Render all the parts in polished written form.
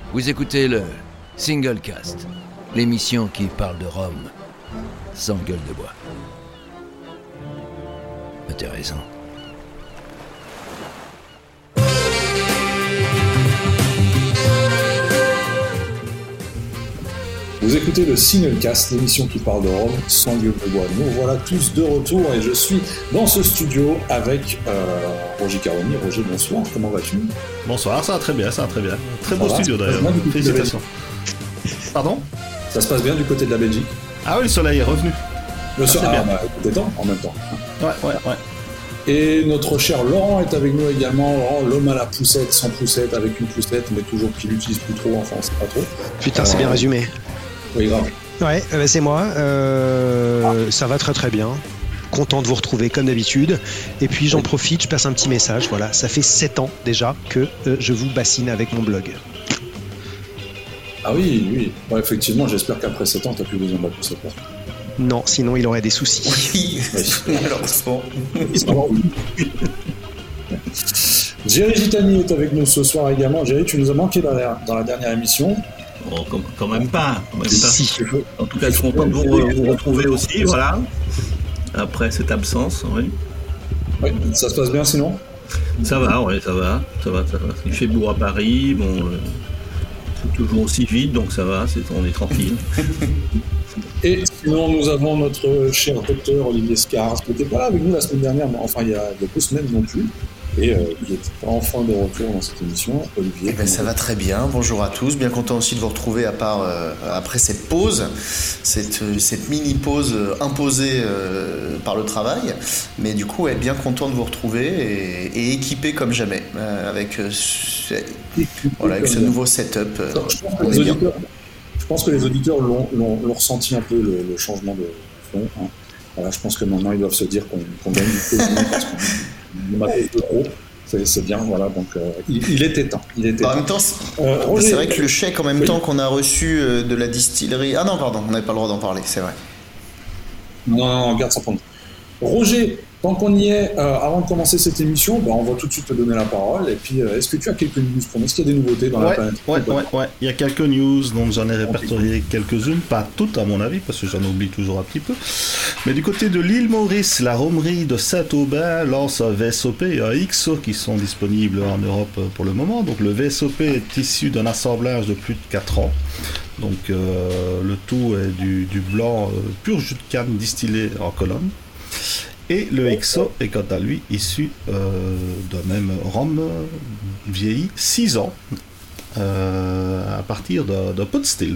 Vous écoutez le Single Cast, l'émission qui parle de Rome sans gueule de bois. Intéressant. Vous écoutez le Single Cast, l'émission qui parle de Rome sans gueule de bois. Nous voilà tous de retour et je suis dans ce studio avec Roger Caroni. Roger, bonsoir, comment vas-tu? Bonsoir, ça va très bien, ça va très bien. Très beau studio d'ailleurs, félicitations. Pardon? Ça se passe bien du côté de la Belgique? Ah oui, le soleil est revenu. Le soleil, t'es temps en même temps. Ouais. Et notre cher Laurent est avec nous également. Laurent, l'homme à la poussette, sans poussette, avec une poussette, mais toujours qu'il l'utilise plus trop, enfin on sait pas trop. Putain, c'est bien résumé. Oui, grave. Ouais, c'est moi. Ça va très très bien. Content de vous retrouver comme d'habitude. Et puis j'en profite, je passe un petit message. Voilà, ça fait 7 ans déjà que je vous bassine avec mon blog. Ah oui. Bon, effectivement, j'espère qu'après 7 ans, t'as plus besoin de la poussette. Non, sinon il aurait des soucis. Oui, malheureusement. Jerry Gitani est avec nous ce soir également. Jerry, tu nous as manqué dans la dernière émission. Oh, quand même pas. Si. En tout cas, je suis content de vous retrouver aussi, voilà. Après cette absence, oui. Oui, ça se passe bien sinon? Ça va. Il fait beau à Paris, c'est toujours aussi vide, donc ça va, on est tranquille. Et sinon, nous avons notre cher docteur Olivier Scars, qui n'était pas là avec nous la semaine dernière, mais enfin il y a 2 semaines non plus. Et il est enfin de retour dans cette émission. Olivier. Ça va très bien, bonjour à tous, bien content aussi de vous retrouver après cette pause, cette mini-pause imposée par le travail, mais du coup bien content de vous retrouver et équipé comme jamais avec ce nouveau setup. Je pense que les auditeurs l'ont ressenti un peu le changement de fond. Hein. Voilà, je pense que maintenant ils doivent se dire qu'on gagne du temps parce qu'on matos de trop. C'est bien, voilà. Donc il était temps. En même temps, c'est vrai que le chèque en même temps qu'on a reçu de la distillerie. Ah non, pardon, on n'avait pas le droit d'en parler, c'est vrai. Non, garde ça pour nous. Roger, tant qu'on y est, avant de commencer cette émission, on va tout de suite te donner la parole. Et puis, est-ce que tu as quelques news pour nous? Est-ce qu'il y a des nouveautés dans la planète? Ouais. Il y a quelques news, donc j'en ai répertorié quelques-unes, pas toutes à mon avis, parce que j'en oublie toujours un petit peu. Mais du côté de l'île Maurice, la romerie de Saint-Aubin lance un VSOP et un XO qui sont disponibles en Europe pour le moment. Donc le VSOP est issu d'un assemblage de plus de 4 ans. Donc le tout est du blanc pur jus de canne distillé en colonne. Et le XO est quant à lui issu d'un même rhum vieilli 6 ans à partir d'un pot still.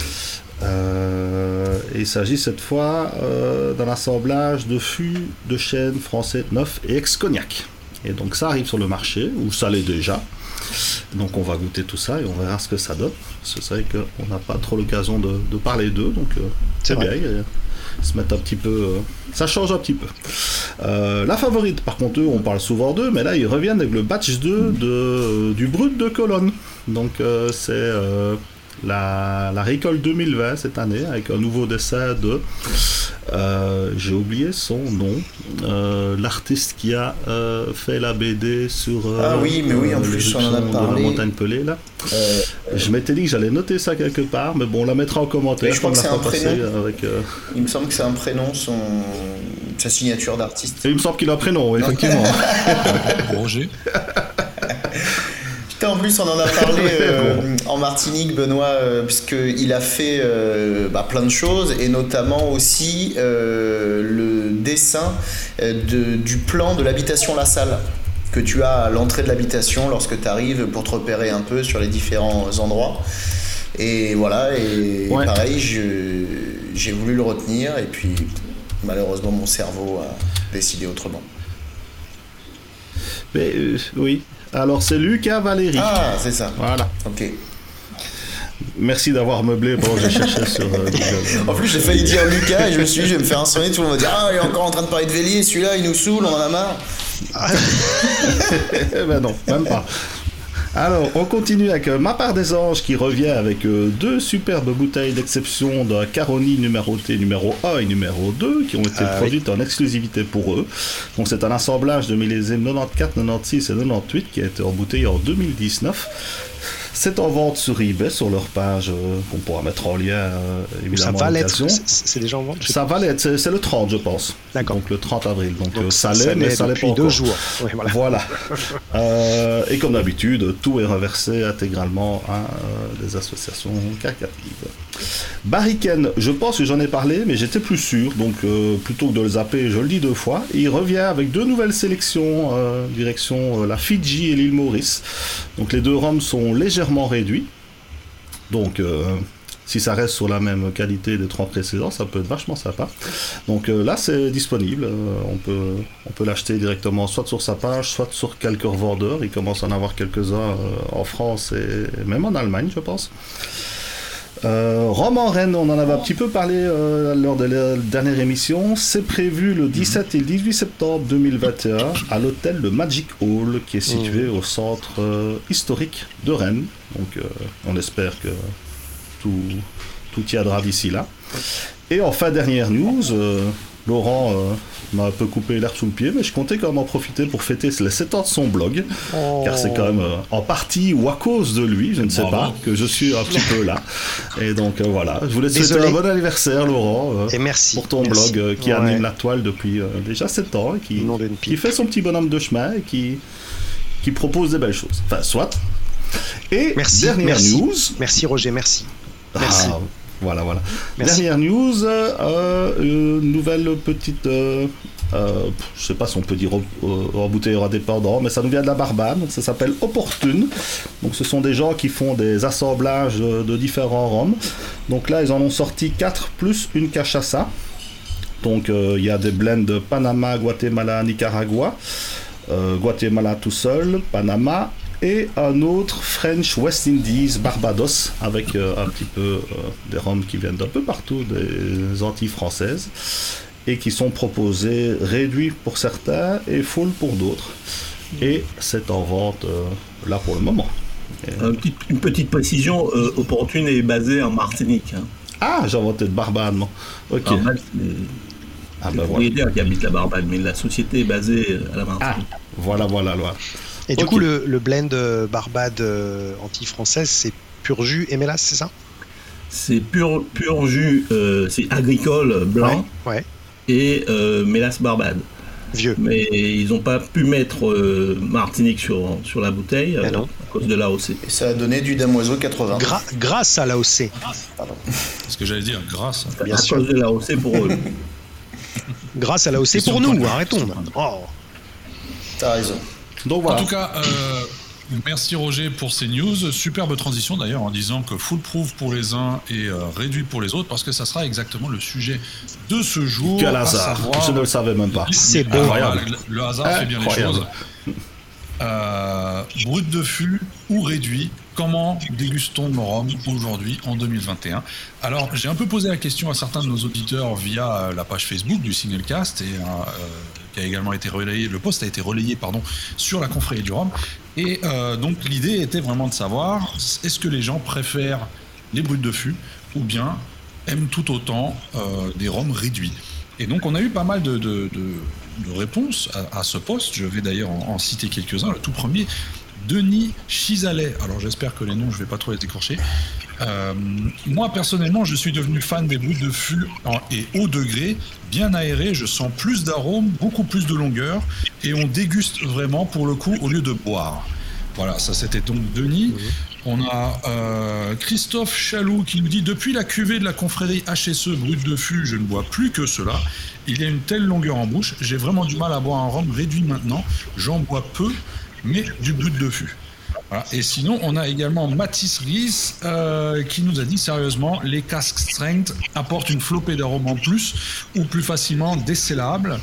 Il s'agit cette fois d'un assemblage de fûts de chêne français neuf et ex-cognac. Et donc ça arrive sur le marché, ou ça l'est déjà. Donc on va goûter tout ça et on verra ce que ça donne. C'est vrai qu'on n'a pas trop l'occasion de parler d'eux, donc c'est bien. Se mettre un petit peu, ça change un petit peu. La favorite, par contre, on parle souvent d'eux, mais là ils reviennent avec le batch 2 du brut de Cologne. Donc c'est la récolte 2020 cette année avec un nouveau dessin de j'ai oublié son nom, l'artiste qui a fait la BD sur en plus on en a parlé, la montagne pelée là. Je m'étais dit que j'allais noter ça quelque part, mais bon, on la mettra en commentaire. Je crois que c'est un prénom. Il me semble que c'est un prénom, sa signature d'artiste. Et il me semble qu'il a un prénom, effectivement. Roger. En plus, on en a parlé en Martinique, Benoît, puisqu'il a fait plein de choses, et notamment aussi le dessin du plan de l'habitation La Salle que tu as à l'entrée de l'habitation lorsque tu arrives pour te repérer un peu sur les différents endroits. Et voilà, pareil, j'ai voulu le retenir, et puis malheureusement mon cerveau a décidé autrement. Mais oui. Alors c'est Lucas Valéry. Ah, c'est ça. Voilà. Ok. Merci d'avoir meublé pendant que je cherchais sur Google. En plus, j'ai failli dire Lucas et je me suis dit, je vais me faire un sonnet, tout le monde va dire ah, il est encore en train de parler de Vélier, celui-là, il nous saoule, on en a marre. Ben non, même pas. Alors, on continue avec Ma part des anges qui revient avec 2 superbes bouteilles d'exception d'un Caroni numéroté numéro 1 et numéro 2 qui ont été produites en exclusivité pour eux. Donc c'est un assemblage de millésimes 94, 96 et 98 qui a été embouteillé en 2019. C'est en vente sur eBay, sur leur page, qu'on pourra mettre en lien, évidemment. Ça va à l'être. l'occasion. C'est déjà en vente. Ça va l'être, c'est le 30, je pense. D'accord. Donc le 30 avril. Donc ça l'est, l'est, mais ça l'est pas depuis encore. 2 jours. Ouais, voilà. Et comme d'habitude, tout est reversé intégralement à des associations caritatives. Barriken, je pense que j'en ai parlé, mais j'étais plus sûr. Donc plutôt que de le zapper, je le dis 2 fois. Il revient avec 2 nouvelles sélections, direction la Fidji et l'île Maurice. Donc les 2 rhums sont légèrement réduits. Donc si ça reste sur la même qualité des 3 précédents, ça peut être vachement sympa. Donc là, c'est disponible. On peut l'acheter directement soit sur sa page, soit sur quelques revendeurs. Il commence à en avoir quelques-uns en France et même en Allemagne, je pense. Rome en Rennes, on en avait un petit peu parlé lors de la dernière émission. C'est prévu le 17 et le 18 septembre 2021 à l'hôtel Le Magic Hall, qui est situé au centre historique de Rennes. Donc on espère que tout tiendra d'ici là. Et enfin, dernière news, Laurent m'a un peu coupé l'herbe sous le pied, mais je comptais quand même en profiter pour fêter les 7 ans de son blog, car c'est quand même en partie ou à cause de lui, je ne sais pas, que je suis un petit peu là. Et donc voilà, je voulais te souhaiter un bon anniversaire, Laurent, et merci pour ton blog qui anime la toile depuis déjà 7 ans, et qui fait son petit bonhomme de chemin et qui propose des belles choses. Enfin, soit. Et dernière news. Merci Roger, merci. Voilà. Merci. Dernière news, nouvelle petite, je sais pas si on peut dire embouteilleur indépendant, mais ça nous vient de la Barbade, donc ça s'appelle Opportune. Donc ce sont des gens qui font des assemblages de différents rhums. Donc là, ils en ont sorti 4 plus une cachaça. Donc il y a des blends de Panama, Guatemala, Nicaragua, Guatemala tout seul, Panama, et un autre French West Indies Barbados, avec un petit peu des rhums qui viennent d'un peu partout des Antilles françaises et qui sont proposés réduits pour certains et full pour d'autres. Et c'est en vente là pour le moment. Une petite précision, Opportune est basée en Martinique. Hein. Ah, j'ai inventé de Barbade, non. Ok. Barbade, c'est le propriétaire qui habite la Barbade, mais la société est basée à la Martinique. Ah, voilà. Et du coup, le blend Barbade anti-française, c'est pur jus et mélasse, c'est ça? C'est pur jus, c'est agricole blanc et mélasse Barbade. Vieux. Mais ils n'ont pas pu mettre Martinique sur la bouteille à cause de l'AOC. Et ça a donné du Damoiseau 80. Grâce à l'AOC. C'est ce que j'allais dire, grâce. Bien sûr. À cause de l'AOC pour eux. Grâce à l'AOC pour nous, arrêtons. T'as raison. Donc voilà. En tout cas, merci Roger pour ces news. Superbe transition d'ailleurs en disant que foolproof pour les uns et réduit pour les autres, parce que ça sera exactement le sujet de ce jour. Quel hasard, je ne le savais même pas. C'est beau. Le hasard fait bien les choses. Brut de fût ou réduit, comment dégustons nos rhums aujourd'hui en 2021? Alors j'ai un peu posé la question à certains de nos auditeurs via la page Facebook du Singlecast et qui a également été relayé, le post a été relayé sur la confrérie du rhum, et donc l'idée était vraiment de savoir est-ce que les gens préfèrent les bruts de fût ou bien aiment tout autant des rhums réduits. Et donc on a eu pas mal de réponses à ce post. Je vais d'ailleurs en citer quelques-uns. Le tout premier, Denis Chisalet. Alors j'espère que les noms, je vais pas trop les écorcher. Moi personnellement, je suis devenu fan des bruts de fût et haut degré, bien aérés. Je sens plus d'arômes, beaucoup plus de longueur, et on déguste vraiment pour le coup au lieu de boire. Voilà, ça c'était donc Denis. On a Christophe Chaloux qui nous dit « Depuis la cuvée de la confrérie HSE brut de fût, je ne bois plus que cela. Il y a une telle longueur en bouche. J'ai vraiment du mal à boire un rhum réduit maintenant. J'en bois peu, mais du brut de fût. » Voilà. Et sinon, on a également Mathis Ries qui nous a dit sérieusement « Les cask strength apportent une flopée d'arômes en plus ou plus facilement décélables.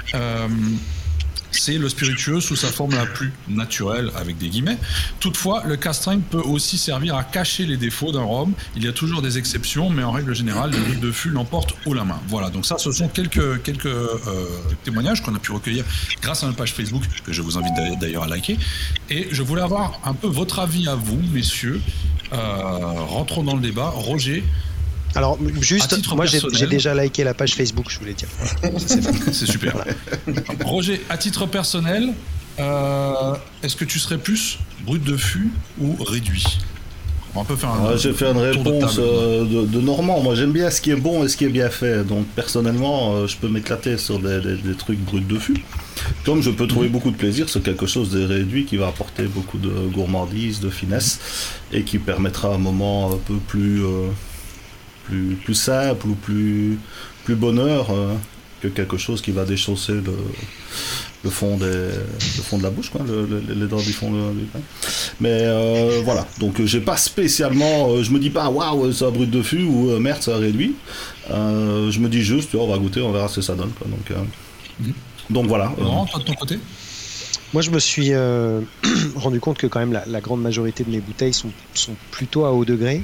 C'est le spiritueux sous sa forme la plus naturelle, avec des guillemets. Toutefois, le cask strength peut aussi servir à cacher les défauts d'un rhum. Il y a toujours des exceptions, mais en règle générale, le brut de fût l'emporte haut la main. Voilà, donc ça, ce sont quelques témoignages qu'on a pu recueillir grâce à notre page Facebook, que je vous invite d'ailleurs à liker. Et je voulais avoir un peu votre avis à vous, messieurs. Rentrons dans le débat. Roger. Alors, juste, moi j'ai déjà liké la page Facebook, je voulais dire. C'est super. Voilà. Roger, à titre personnel, est-ce que tu serais plus brut de fût ou réduit? On peut faire un j'ai fait une réponse table. de Normand. Moi, j'aime bien ce qui est bon et ce qui est bien fait. Donc, personnellement, je peux m'éclater sur des trucs bruts de fût. Comme je peux trouver beaucoup de plaisir sur quelque chose de réduit qui va apporter beaucoup de gourmandise, de finesse et qui permettra un moment un peu plus simple ou plus bonheur que quelque chose qui va déchausser le fond de la bouche, quoi, les dents du fond du pain. Mais voilà, donc j'ai pas spécialement, je me dis pas waouh c'est un brut de fût ou merde c'est un réduit. Je me dis juste on va goûter, on verra ce que ça donne, quoi. Donc voilà. Laurent, toi de ton côté? Moi, je me suis rendu compte que quand même la grande majorité de mes bouteilles sont plutôt à haut degré.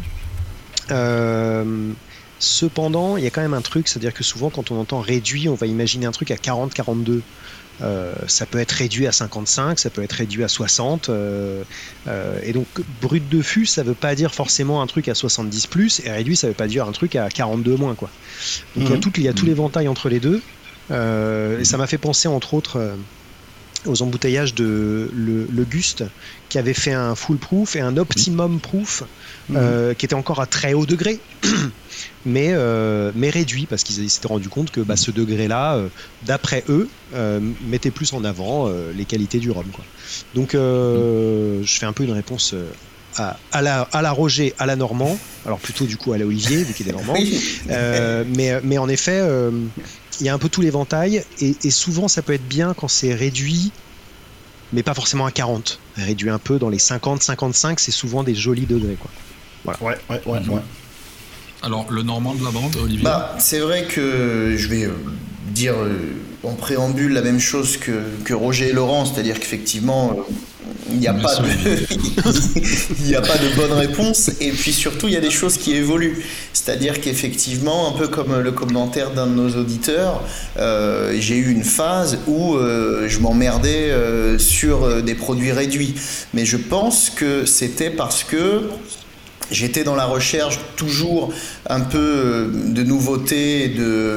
Cependant, il y a quand même un truc, c'est-à-dire que souvent quand on entend réduit, on va imaginer un truc à 40-42. Ça peut être réduit à 55, ça peut être réduit à 60. Et donc, brut de fût, ça veut pas dire forcément un truc à 70 plus, et réduit, ça veut pas dire un truc à 42 moins, quoi. Donc, il y a tout l'éventail entre les deux. Et ça m'a fait penser, entre autres, aux embouteillages de le Gust, qui avait fait un full proof et un optimum proof, qui était encore à très haut degré, mais réduit, parce qu'ils s'étaient rendu compte que ce degré-là, d'après eux, mettait plus en avant les qualités du rhum, quoi. Donc, je fais un peu une réponse à la Roger, à la Normand, alors plutôt du coup à la Olivier, vu qu'il est normand. Mais en effet, il y a un peu tout l'éventail, et souvent ça peut être bien quand c'est réduit, mais pas forcément à 40. Réduit un peu dans les 50-55, c'est souvent des jolis degrés, quoi. Voilà. Ouais. Alors, le Normand de la bande, Olivier? C'est vrai que je vais dire en préambule la même chose que Roger et Laurent, c'est-à-dire qu'effectivement, il n'y a pas de bonne réponse, et puis surtout, il y a des choses qui évoluent. C'est-à-dire qu'effectivement, un peu comme le commentaire d'un de nos auditeurs, j'ai eu une phase où je m'emmerdais sur des produits réduits. Mais je pense que c'était parce que j'étais dans la recherche toujours un peu de nouveautés,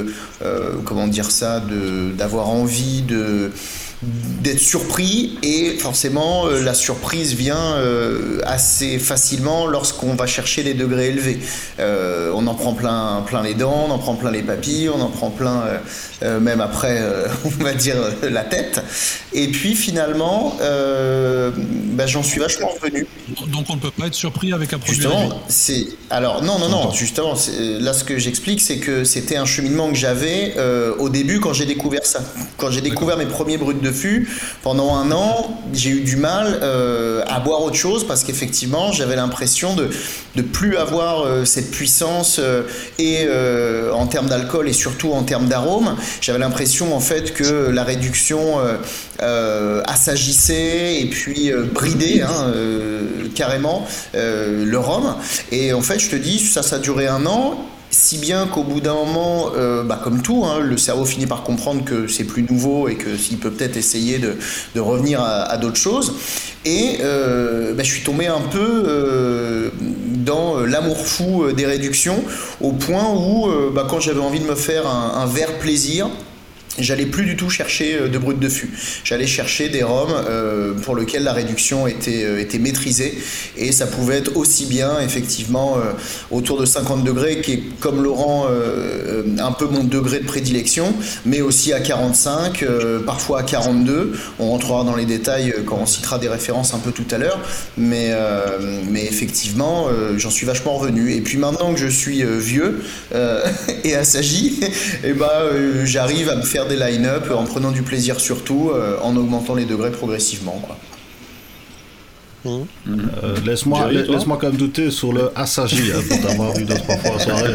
d'avoir envie d'être surpris, et forcément la surprise vient assez facilement lorsqu'on va chercher les degrés élevés. On en prend plein les dents, on en prend plein les papilles, on en prend plein même après on va dire la tête, et puis finalement j'en suis vachement revenu. Donc on ne peut pas être surpris avec un produit justement, justement là ce que j'explique, c'est que c'était un cheminement que j'avais au début quand j'ai découvert ça. Quand j'ai découvert mes premiers bruts de fût, pendant un an j'ai eu du mal à boire autre chose, parce qu'effectivement j'avais l'impression de plus avoir cette puissance en termes d'alcool et surtout en termes d'arôme. J'avais l'impression en fait que la réduction assagissait et puis bridait carrément le rhum. Et en fait je te dis, ça a duré un an, si bien qu'au bout d'un moment, comme tout, le cerveau finit par comprendre que c'est plus nouveau et que s'il peut peut-être essayer de revenir à d'autres choses. Et je suis tombé un peu dans l'amour fou des réductions, au point où quand j'avais envie de me faire un verre plaisir, j'allais plus du tout chercher de brut de fût. J'allais chercher des rhums pour lesquels la réduction était maîtrisée, et ça pouvait être aussi bien effectivement autour de 50 degrés, qui est comme Laurent un peu mon degré de prédilection, mais aussi à 45, parfois à 42. On rentrera dans les détails quand on citera des références un peu tout à l'heure, mais effectivement j'en suis vachement revenu. Et puis maintenant que je suis vieux et assagi, j'arrive à me faire des line-up en prenant du plaisir, surtout en augmentant les degrés progressivement, quoi. Laisse-moi quand même douter sur le assagi, pour t'avoir vu 2-3 fois en soirée.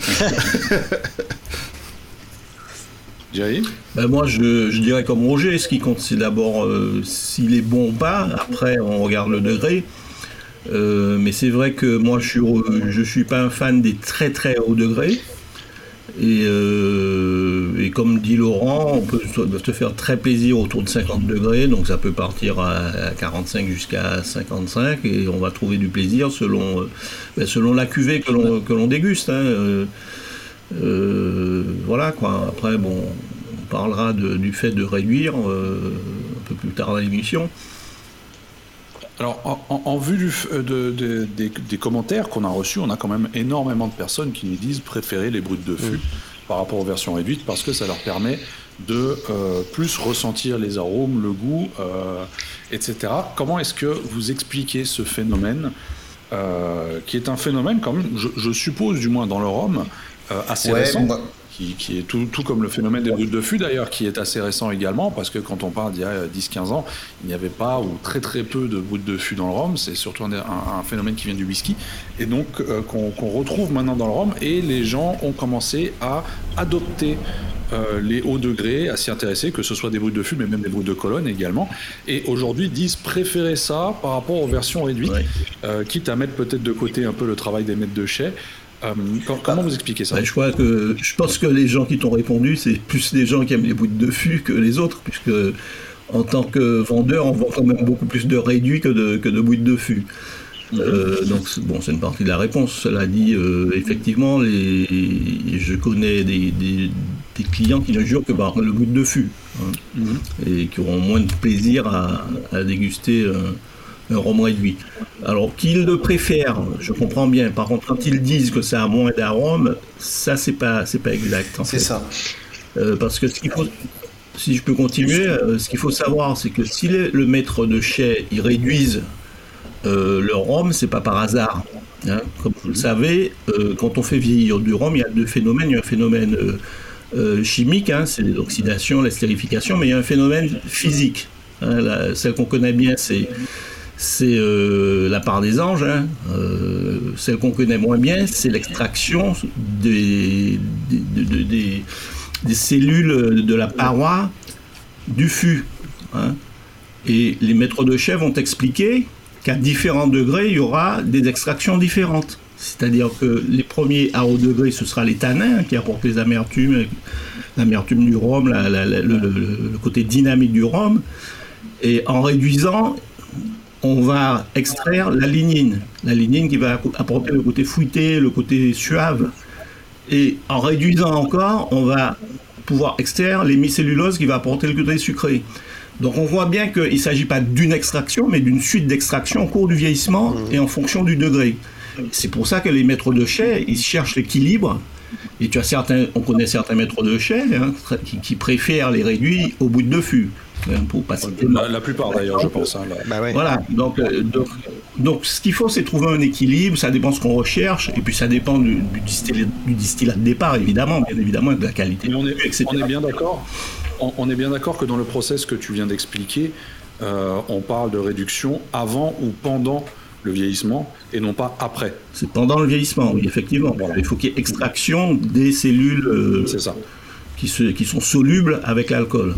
Jerry ? Moi je dirais comme Roger, ce qui compte c'est d'abord s'il est bon ou pas, après on regarde le degré. Mais c'est vrai que moi je suis pas un fan des très très hauts degrés. Et comme dit Laurent, on peut te faire très plaisir autour de 50 degrés, donc ça peut partir à 45 jusqu'à 55, et on va trouver du plaisir selon la cuvée que l'on déguste. Voilà quoi. Après on parlera du fait de réduire un peu plus tard dans l'émission. Alors, en vue des commentaires qu'on a reçus, on a quand même énormément de personnes qui nous disent préférer les brutes de fût par rapport aux versions réduites parce que ça leur permet de plus ressentir les arômes, le goût, etc. Comment est-ce que vous expliquez ce phénomène qui est un phénomène quand même, je suppose du moins dans le rhum, assez récent qui est tout comme le phénomène des brutes de fût d'ailleurs, qui est assez récent également, parce que quand on parle d'il y a 10-15 ans, il n'y avait pas ou très très peu de brutes de fût dans le rhum, c'est surtout un phénomène qui vient du whisky, et donc qu'on retrouve maintenant dans le rhum, et les gens ont commencé à adopter les hauts degrés, à s'y intéresser, que ce soit des brutes de fût, mais même des brutes de colonne également, et aujourd'hui disent préférer ça par rapport aux versions réduites, quitte à mettre peut-être de côté un peu le travail des maîtres de chai. Comment vous expliquez ça ? Je pense que les gens qui t'ont répondu, c'est plus les gens qui aiment les brutes de fût que les autres, puisque en tant que vendeur, on vend quand même beaucoup plus de réduits que de brutes de fût. Donc c'est une partie de la réponse. Cela dit, effectivement, je connais des clients qui ne jurent que par le brut de fût, et qui auront moins de plaisir à déguster un rhum réduit. Alors qu'ils le préfèrent, je comprends bien. Par contre, quand ils disent que ça a moins d'arômes, ça c'est pas exact. C'est ça. Parce que si je peux continuer, ce qu'il faut savoir, c'est que si le maître de chai ils réduisent le rhum, c'est pas par hasard. Comme vous le savez, quand on fait vieillir du rhum, il y a deux phénomènes. Il y a un phénomène chimique, c'est l'oxydation, la stérification, mais il y a un phénomène physique. Celle qu'on connaît bien, c'est la part des anges. Celle qu'on connaît moins bien, c'est l'extraction des cellules de la paroi du fût. Et les maîtres de chai vont expliquer qu'à différents degrés, il y aura des extractions différentes. C'est-à-dire que les premiers à haut degré, ce sera les tanins qui apportent les amertumes, l'amertume du rhum, le côté dynamique du rhum. Et en réduisant, on va extraire la lignine qui va apporter le côté fruité, le côté suave. Et en réduisant encore, on va pouvoir extraire l'hémicellulose qui va apporter le côté sucré. Donc on voit bien qu'il ne s'agit pas d'une extraction, mais d'une suite d'extractions au cours du vieillissement et en fonction du degré. C'est pour ça que les maîtres de chai, ils cherchent l'équilibre. Et on connaît certains maîtres de chai qui préfèrent les réduits aux brutes de fût. Pour pas citer la plupart d'ailleurs, je pense. Voilà, donc ce qu'il faut, c'est trouver un équilibre, ça dépend de ce qu'on recherche, et puis ça dépend du distillat de départ, évidemment, bien évidemment, de la qualité. Mais on est bien d'accord. On est bien d'accord que dans le process que tu viens d'expliquer, on parle de réduction avant ou pendant le vieillissement et non pas après. C'est pendant le vieillissement, oui, effectivement. Voilà. Il faut qu'il y ait extraction des cellules c'est ça. Qui sont solubles avec l'alcool.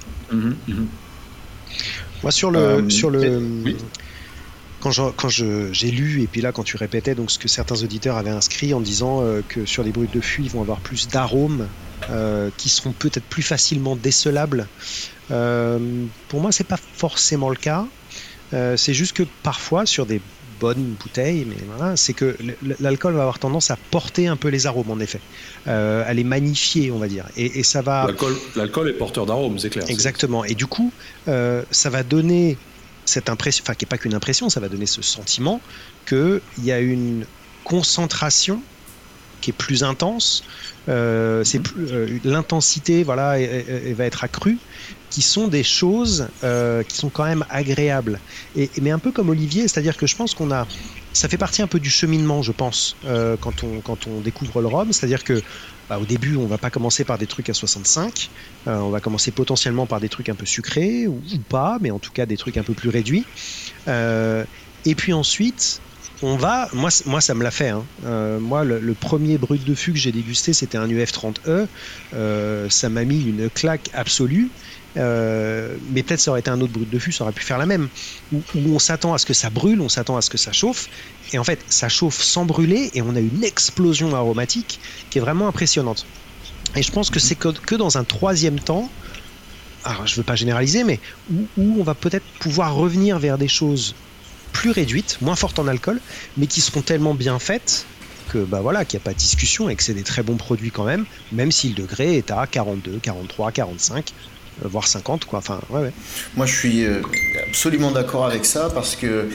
Moi sur le oui. Quand j'ai lu, et puis là quand tu répétais donc ce que certains auditeurs avaient inscrit en disant que sur les brutes de fût ils vont avoir plus d'arômes qui seront peut-être plus facilement décelables, pour moi c'est pas forcément le cas. C'est juste que parfois sur des bonnes bouteilles, mais voilà, c'est que l'alcool va avoir tendance à porter un peu les arômes en effet, à les magnifier on va dire, et ça va. L'alcool est porteur d'arômes, c'est clair. Exactement, et du coup ça va donner cette impression, enfin qui n'est pas qu'une impression, ça va donner ce sentiment qu'il y a une concentration qui est plus intense, l'intensité voilà, va être accrue, qui sont des choses qui sont quand même agréables. Mais un peu comme Olivier, c'est-à-dire que je pense ça fait partie un peu du cheminement, je pense, quand on découvre le rhum, c'est-à-dire que au début, on va pas commencer par des trucs à 65, on va commencer potentiellement par des trucs un peu sucrés, ou pas, mais en tout cas des trucs un peu plus réduits. Et puis ensuite, moi ça me l'a fait. Moi, le premier brut de fût que j'ai dégusté, c'était un UF30E. Ça m'a mis une claque absolue. Mais peut-être ça aurait été un autre brut de fût, ça aurait pu faire la même. Où on s'attend à ce que ça brûle, on s'attend à ce que ça chauffe. Et en fait, ça chauffe sans brûler et on a une explosion aromatique qui est vraiment impressionnante. Et je pense que c'est que dans un troisième temps, alors je veux pas généraliser, mais où on va peut-être pouvoir revenir vers des choses plus réduites, moins fortes en alcool, mais qui seront tellement bien faites que voilà, qu'il n'y a pas de discussion et que c'est des très bons produits quand même si le degré est à 42, 43, 45. voire 50, quoi. Enfin, ouais. Moi, je suis absolument d'accord avec ça parce que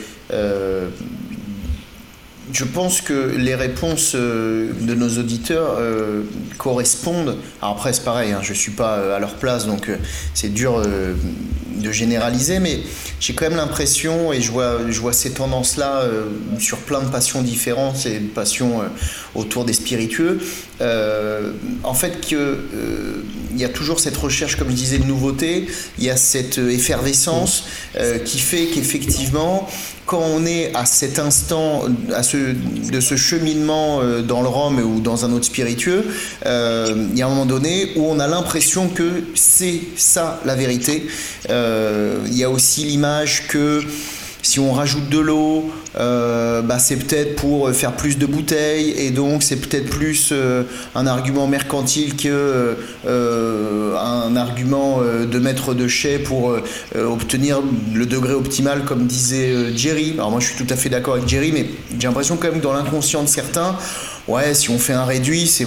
je pense que les réponses de nos auditeurs correspondent. Alors après, c'est pareil, je ne suis pas à leur place, donc c'est dur de généraliser, mais j'ai quand même l'impression, et je vois ces tendances-là sur plein de passions différentes, et de passions autour des spiritueux, en fait il y a toujours cette recherche, comme je disais, de nouveauté, il y a cette effervescence qui fait qu'effectivement, quand on est à cet instant de ce cheminement dans le rhum ou dans un autre spiritueux, il y a un moment donné où on a l'impression que c'est ça la vérité. Il y a aussi l'image que si on rajoute de l'eau, c'est peut-être pour faire plus de bouteilles, et donc c'est peut-être plus un argument mercantile que un argument de maître de chai pour obtenir le degré optimal, comme disait Jerry. Alors moi je suis tout à fait d'accord avec Jerry, mais j'ai l'impression quand même que dans l'inconscient de certains, si on fait un réduit, c'est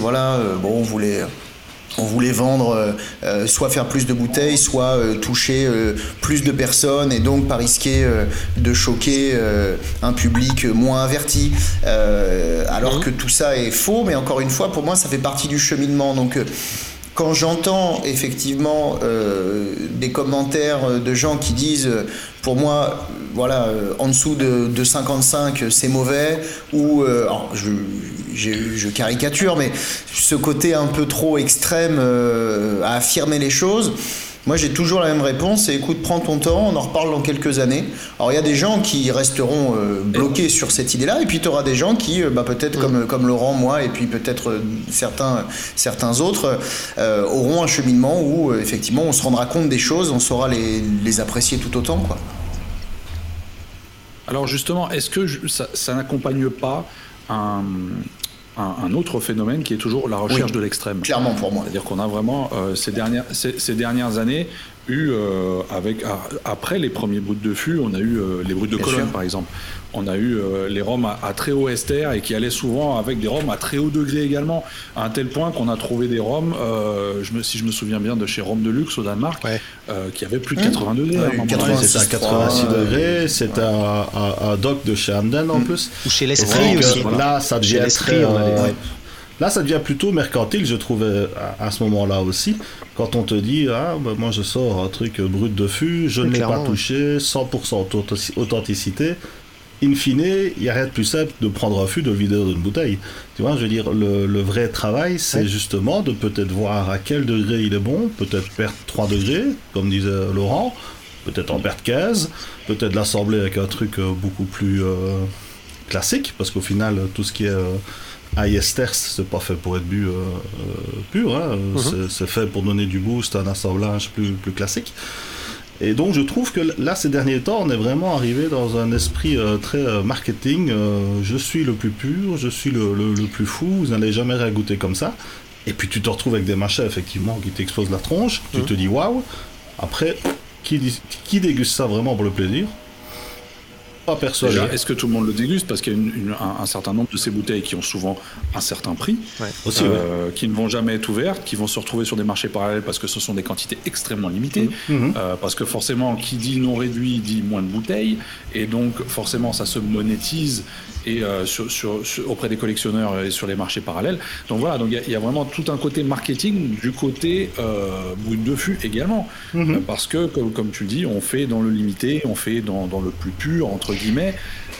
on voulait vendre, soit faire plus de bouteilles, soit toucher plus de personnes, et donc pas risquer de choquer un public moins averti. Alors que tout ça est faux, mais encore une fois, pour moi, ça fait partie du cheminement. Donc, quand j'entends effectivement des commentaires de gens qui disent pour moi, en dessous de 55 c'est mauvais, ou je caricature, mais ce côté un peu trop extrême à affirmer les choses, moi j'ai toujours la même réponse, c'est écoute, prends ton temps, on en reparle dans quelques années. Alors il y a des gens qui resteront bloqués sur cette idée-là, et puis tu auras des gens qui, peut-être comme Laurent, moi, et puis peut-être certains autres, auront un cheminement où effectivement on se rendra compte des choses, on saura les apprécier tout autant, quoi. Alors justement, est-ce que ça n'accompagne pas un autre phénomène qui est toujours la recherche de l'extrême? Clairement pour moi. C'est-à-dire qu'on a vraiment ces dernières années eu, après les premiers brutes de fût, on a eu les brutes de Cologne par exemple. On a eu les rhums à très haut ester, et qui allaient souvent avec des rhums à très haut degré également, à un tel point qu'on a trouvé des rhums, si je me souviens bien, de chez Rhum de Luxe au Danemark, qui avaient plus de 80 degrés. C'était à 86 degrés, c'était à Doc de chez Hamden en plus. Ou chez l'Esprit aussi. Là, ça devient Là, ça devient plutôt mercantile, je trouvais, à ce moment-là aussi. Quand on te dit, moi je sors un truc brut de fût, je ne l'ai pas touché, 100% authenticité. In fine, il n'y a rien de plus simple de prendre un fût, de le vider dans une bouteille. Tu vois, je veux dire, le vrai travail, c'est justement de peut-être voir à quel degré il est bon, peut-être perdre 3 degrés, comme disait Laurent, peut-être en perdre 15, peut-être l'assembler avec un truc beaucoup plus classique, parce qu'au final, tout ce qui est high ester, c'est pas fait pour être bu pur, c'est fait pour donner du boost à un assemblage plus classique. Et donc je trouve que là, ces derniers temps, on est vraiment arrivé dans un esprit très marketing. Je suis le plus pur, je suis le plus fou, vous n'allez jamais rien goûter comme ça. Et puis tu te retrouves avec des machins, effectivement, qui t'explosent la tronche. Tu te dis waouh. Après, qui déguste ça vraiment pour le plaisir? Pas persuadé. Déjà, est-ce que tout le monde le déguste? Parce qu'il y a un certain nombre de ces bouteilles qui ont souvent un certain prix, qui ne vont jamais être ouvertes, qui vont se retrouver sur des marchés parallèles parce que ce sont des quantités extrêmement limitées, parce que forcément, qui dit non réduit dit moins de bouteilles, et donc forcément ça se monétise et auprès des collectionneurs et sur les marchés parallèles. Donc voilà, donc il y a vraiment tout un côté marketing du côté brut de fût également, parce que comme tu le dis, on fait dans le limité, on fait dans le plus pur entre guillemets,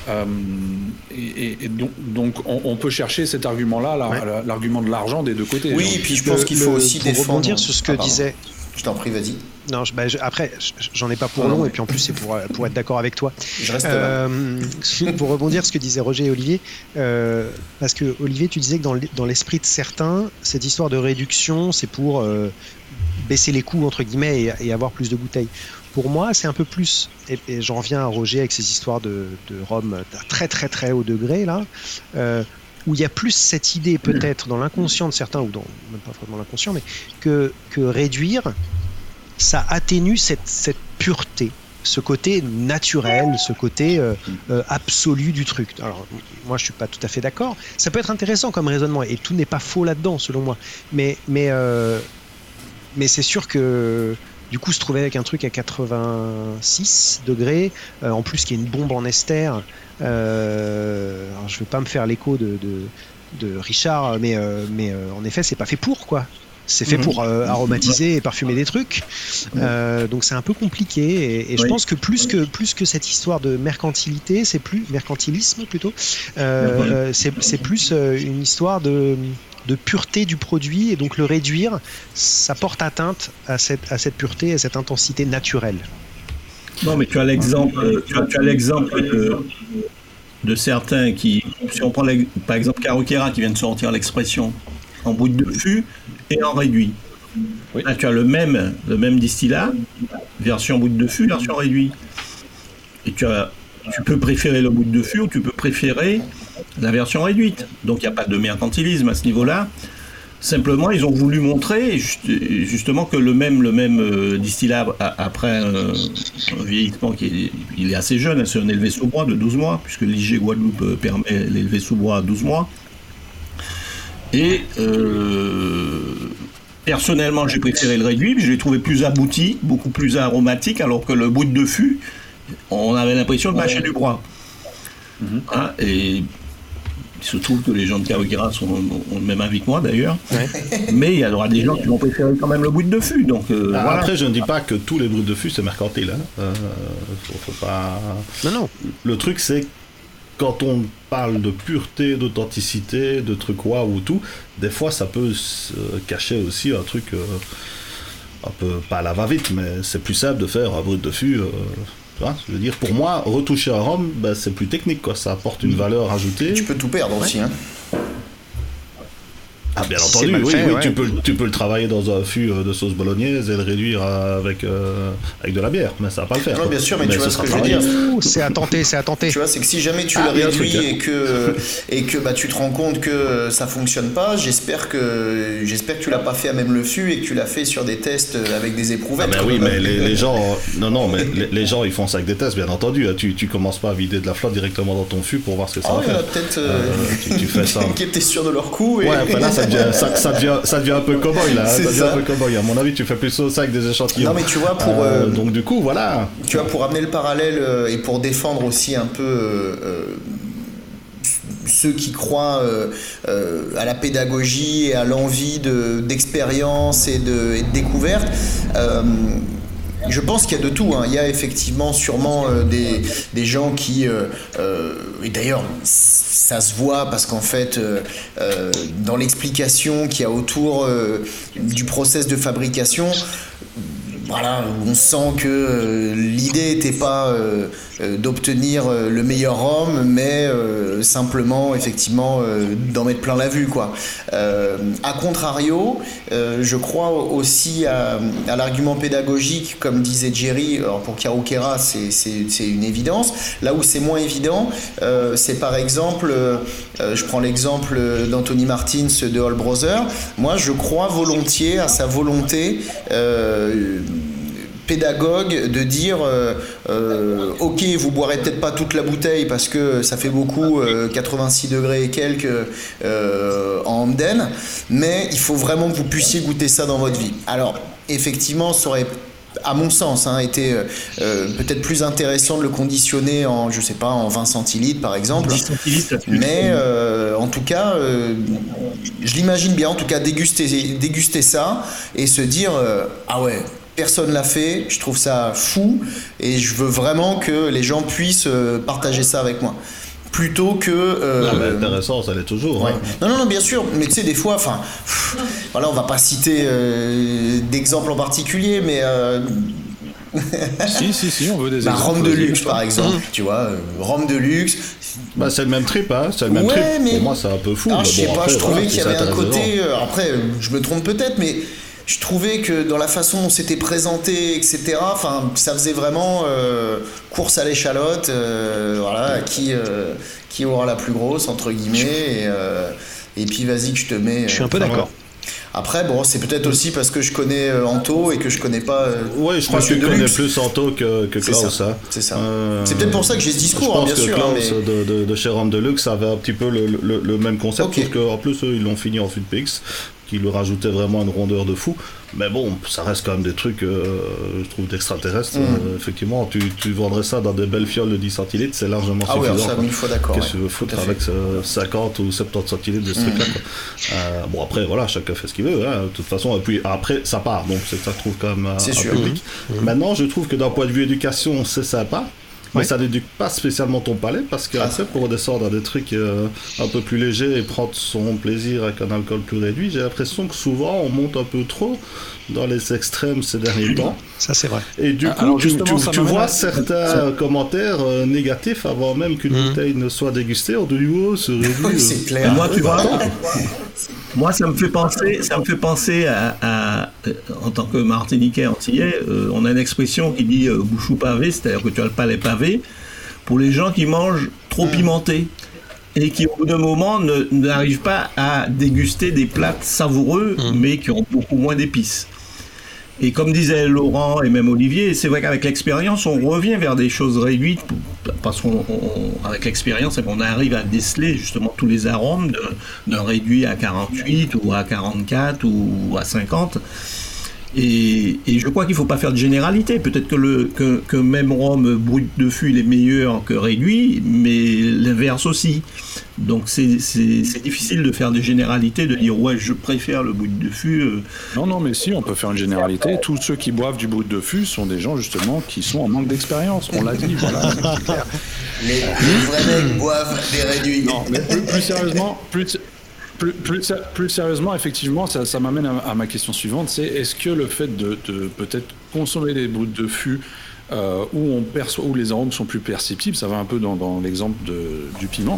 et donc on peut chercher cet argument-là, l'argument de l'argent des deux côtés. Oui, et puis je pense qu'il faut aussi défendre. Rebondir sur ce que disait. Je t'en prie, vas-y. Non, après, j'en ai pas pour long, et puis en plus, c'est pour être d'accord avec toi. Je reste là. Pour rebondir sur ce que disaient Roger et Olivier, parce que Olivier, tu disais que dans l'esprit de certains, cette histoire de réduction, c'est pour baisser les coûts, entre guillemets, et avoir plus de bouteilles. Pour moi, c'est un peu plus, et j'en reviens à Roger avec ses histoires de rhum à très très très haut degré, là, où il y a plus cette idée peut-être dans l'inconscient de certains, ou même pas vraiment l'inconscient, mais que réduire, ça atténue cette pureté, ce côté naturel, ce côté absolu du truc. Alors, moi, je suis pas tout à fait d'accord. Ça peut être intéressant comme raisonnement, et tout n'est pas faux là-dedans, selon moi. Mais c'est sûr que du coup se trouver avec un truc à 86 degrés, en plus qui est une bombe en ester. Alors je veux pas me faire l'écho de Richard, mais en effet c'est pas fait pour quoi. C'est fait pour aromatiser et parfumer des trucs, donc c'est un peu compliqué. Et je pense que plus que cette histoire de mercantilité, c'est plus mercantilisme plutôt. C'est plus une histoire de pureté du produit, et donc le réduire, ça porte atteinte à cette pureté, à cette intensité naturelle. Non, mais tu as l'exemple, de certains qui, si on prend par exemple Carocera qui vient de sortir l'expression en brut de fût et en réduit. Oui. Là, tu as le même distillat, version brut de fût, version réduit. Et tu peux préférer le brut de fût ou tu peux préférer la version réduite. Donc il n'y a pas de mercantilisme à ce niveau-là. Simplement, ils ont voulu montrer justement que le même distillat, après un vieillissement il est assez jeune, c'est un élevé sous bois de 12 mois, puisque l'IG Guadeloupe permet l'élevé sous bois à 12 mois. Et personnellement, j'ai préféré le réduit, je l'ai trouvé plus abouti, beaucoup plus aromatique, alors que le brut de fût, on avait l'impression de mâcher du bois. Hein, et il se trouve que les gens de Carocera ont le même avis que moi d'ailleurs, mais il y aura des gens qui vont préférer quand même le brut de fût. Donc, voilà. Après, je ne dis pas que tous les bruts de fût c'est mercantile. Faut pas... Non. Le truc, c'est quand on parle de pureté, d'authenticité, de trucs waouh ou tout, des fois ça peut se cacher aussi un truc un peu, pas à la va-vite, mais c'est plus simple de faire un brut de fût. Je veux dire, pour moi, retoucher un rhum, c'est plus technique, quoi. Ça apporte une valeur ajoutée. Tu peux tout perdre aussi, hein. Ah, bien entendu, oui, tu peux le travailler dans un fût de sauce bolognaise et le réduire avec de la bière, mais ça va pas le faire. Non, bien sûr, mais tu vois ce que je veux dire. C'est à tenter. Tu vois, c'est que si jamais tu le réduis et que tu te rends compte que ça fonctionne pas, j'espère que tu l'as pas fait à même le fût et que tu l'as fait sur des tests avec des éprouvettes. Ah, oui, mais les gens, mais les gens ils font ça avec des tests, bien entendu. Tu commences pas à vider de la flotte directement dans ton fût pour voir ce que ça va faire. Peut-être tu fais ça. qui étaient sûrs de leur coup. Et... Ouais, là, ça devient un peu cow-boy là. Ça devient un peu cow-boy. À mon avis, tu fais plus ça avec des échantillons. Non, mais tu vois, donc du coup, voilà. Tu vois, pour amener le parallèle et pour défendre aussi un peu ceux qui croient à la pédagogie et à l'envie d'expérience et de découverte. Je pense qu'il y a de tout, hein. Il y a effectivement sûrement des gens qui... et d'ailleurs, ça se voit parce qu'en fait, dans l'explication qu'il y a autour du process de fabrication, voilà, on sent que l'idée n'était pas d'obtenir le meilleur rhum, mais simplement, effectivement, d'en mettre plein la vue, quoi. A contrario, je crois aussi à l'argument pédagogique, comme disait Jerry. Alors pour Carocera, c'est une évidence. Là où c'est moins évident, c'est par exemple, je prends l'exemple d'Anthony Martins de All Brother. Moi, je crois volontiers à sa volonté pédagogue de dire ok, vous boirez peut-être pas toute la bouteille parce que ça fait beaucoup, 86 degrés et quelques en Hamden, mais il faut vraiment que vous puissiez goûter ça dans votre vie. Alors effectivement, ça aurait, à mon sens, été peut-être plus intéressant de le conditionner en, je sais pas, en 20 centilitres par exemple. 10 centilitres, mais en tout cas, je l'imagine bien, en tout cas déguster ça et se dire ah ouais, personne l'a fait, je trouve ça fou et je veux vraiment que les gens puissent partager ça avec moi. Plutôt que... intéressant, ça l'est toujours. Ouais. Hein. Non, bien sûr, mais tu sais, des fois, voilà, on va pas citer d'exemple en particulier, mais... si, on veut des exemples. Rhum de luxe, par exemple, tu vois, rhum de luxe... c'est le même trip, hein, c'est le même trip. Mais... Pour moi, c'est un peu fou. Je sais pas, je trouvais qu'il y avait un côté... après, je me trompe peut-être, mais... Je trouvais que dans la façon dont c'était présenté, etc., ça faisait vraiment course à l'échalote, voilà, qui aura la plus grosse, entre guillemets, et puis vas-y que je te mets... Je suis un peu d'accord. Après, bon, c'est peut-être aussi parce que je connais Anto et que je connais pas... oui, je crois que tu connais plus Anto que Klaus. C'est ça. C'est peut-être pour ça que j'ai ce discours, bien sûr. Je pense que Klaus de chez Rhum Deluxe avait un petit peu le même concept, parce qu'en plus, ils l'ont fini en fût de PX, qui lui rajoutaient vraiment une rondeur de fou. Mais bon, ça reste quand même des trucs, je trouve, d'extraterrestres. Effectivement, tu vendrais ça dans des belles fioles de 10 centilitres, c'est largement suffisant. Ah oui, ça, 1000 fois d'accord. Qu'est-ce que tu veux foutre avec 50 ou 70 centilitres de ce truc-là, quoi. Bon, après, voilà, chacun fait ce qu'il veut, hein, de toute façon. Et puis après, ça part, donc c'est ça que je trouve quand même un public. Maintenant, je trouve que d'un point de vue éducation, c'est sympa. Mais ça n'éduque pas spécialement ton palais, parce qu'après, pour redescendre dans des trucs un peu plus légers et prendre son plaisir avec un alcool plus réduit, j'ai l'impression que souvent on monte un peu trop dans les extrêmes ces derniers temps. Ça, c'est vrai. Et du coup, tu vois certains commentaires négatifs avant même qu'une bouteille ne soit dégustée. On te dit, oh, c'est réduit. Oui, c'est clair. Moi, tu vois, moi, ça me fait penser à en tant que Martiniquais antillais, on a une expression qui dit bouche ou pavé, c'est-à-dire que tu as le palais pavé, pour les gens qui mangent trop pimenté et qui, au bout d'un moment, n'arrivent pas à déguster des plats savoureux, mais qui ont beaucoup moins d'épices. Et comme disait Laurent et même Olivier, c'est vrai qu'avec l'expérience, on revient vers des choses réduites, parce qu'avec l'expérience, on arrive à déceler justement tous les arômes d'un réduit à 48 ou à 44 ou à 50. Et je crois qu'il ne faut pas faire de généralité. Peut-être que même rhum brut de fût il est meilleur que réduit, mais l'inverse aussi. Donc c'est difficile de faire des généralités, de dire ouais, je préfère le brut de fût. Non, mais si, on peut faire une généralité. Tous ceux qui boivent du brut de fût sont des gens justement qui sont en manque d'expérience. On l'a dit, voilà. C'est clair. Les vrais mecs boivent des réduits. Non, mais plus sérieusement, plus sérieusement, effectivement, ça m'amène à ma question suivante, c'est est-ce que le fait de peut-être consommer des brutes de fût où les arômes sont plus perceptibles, ça va un peu dans l'exemple du piment,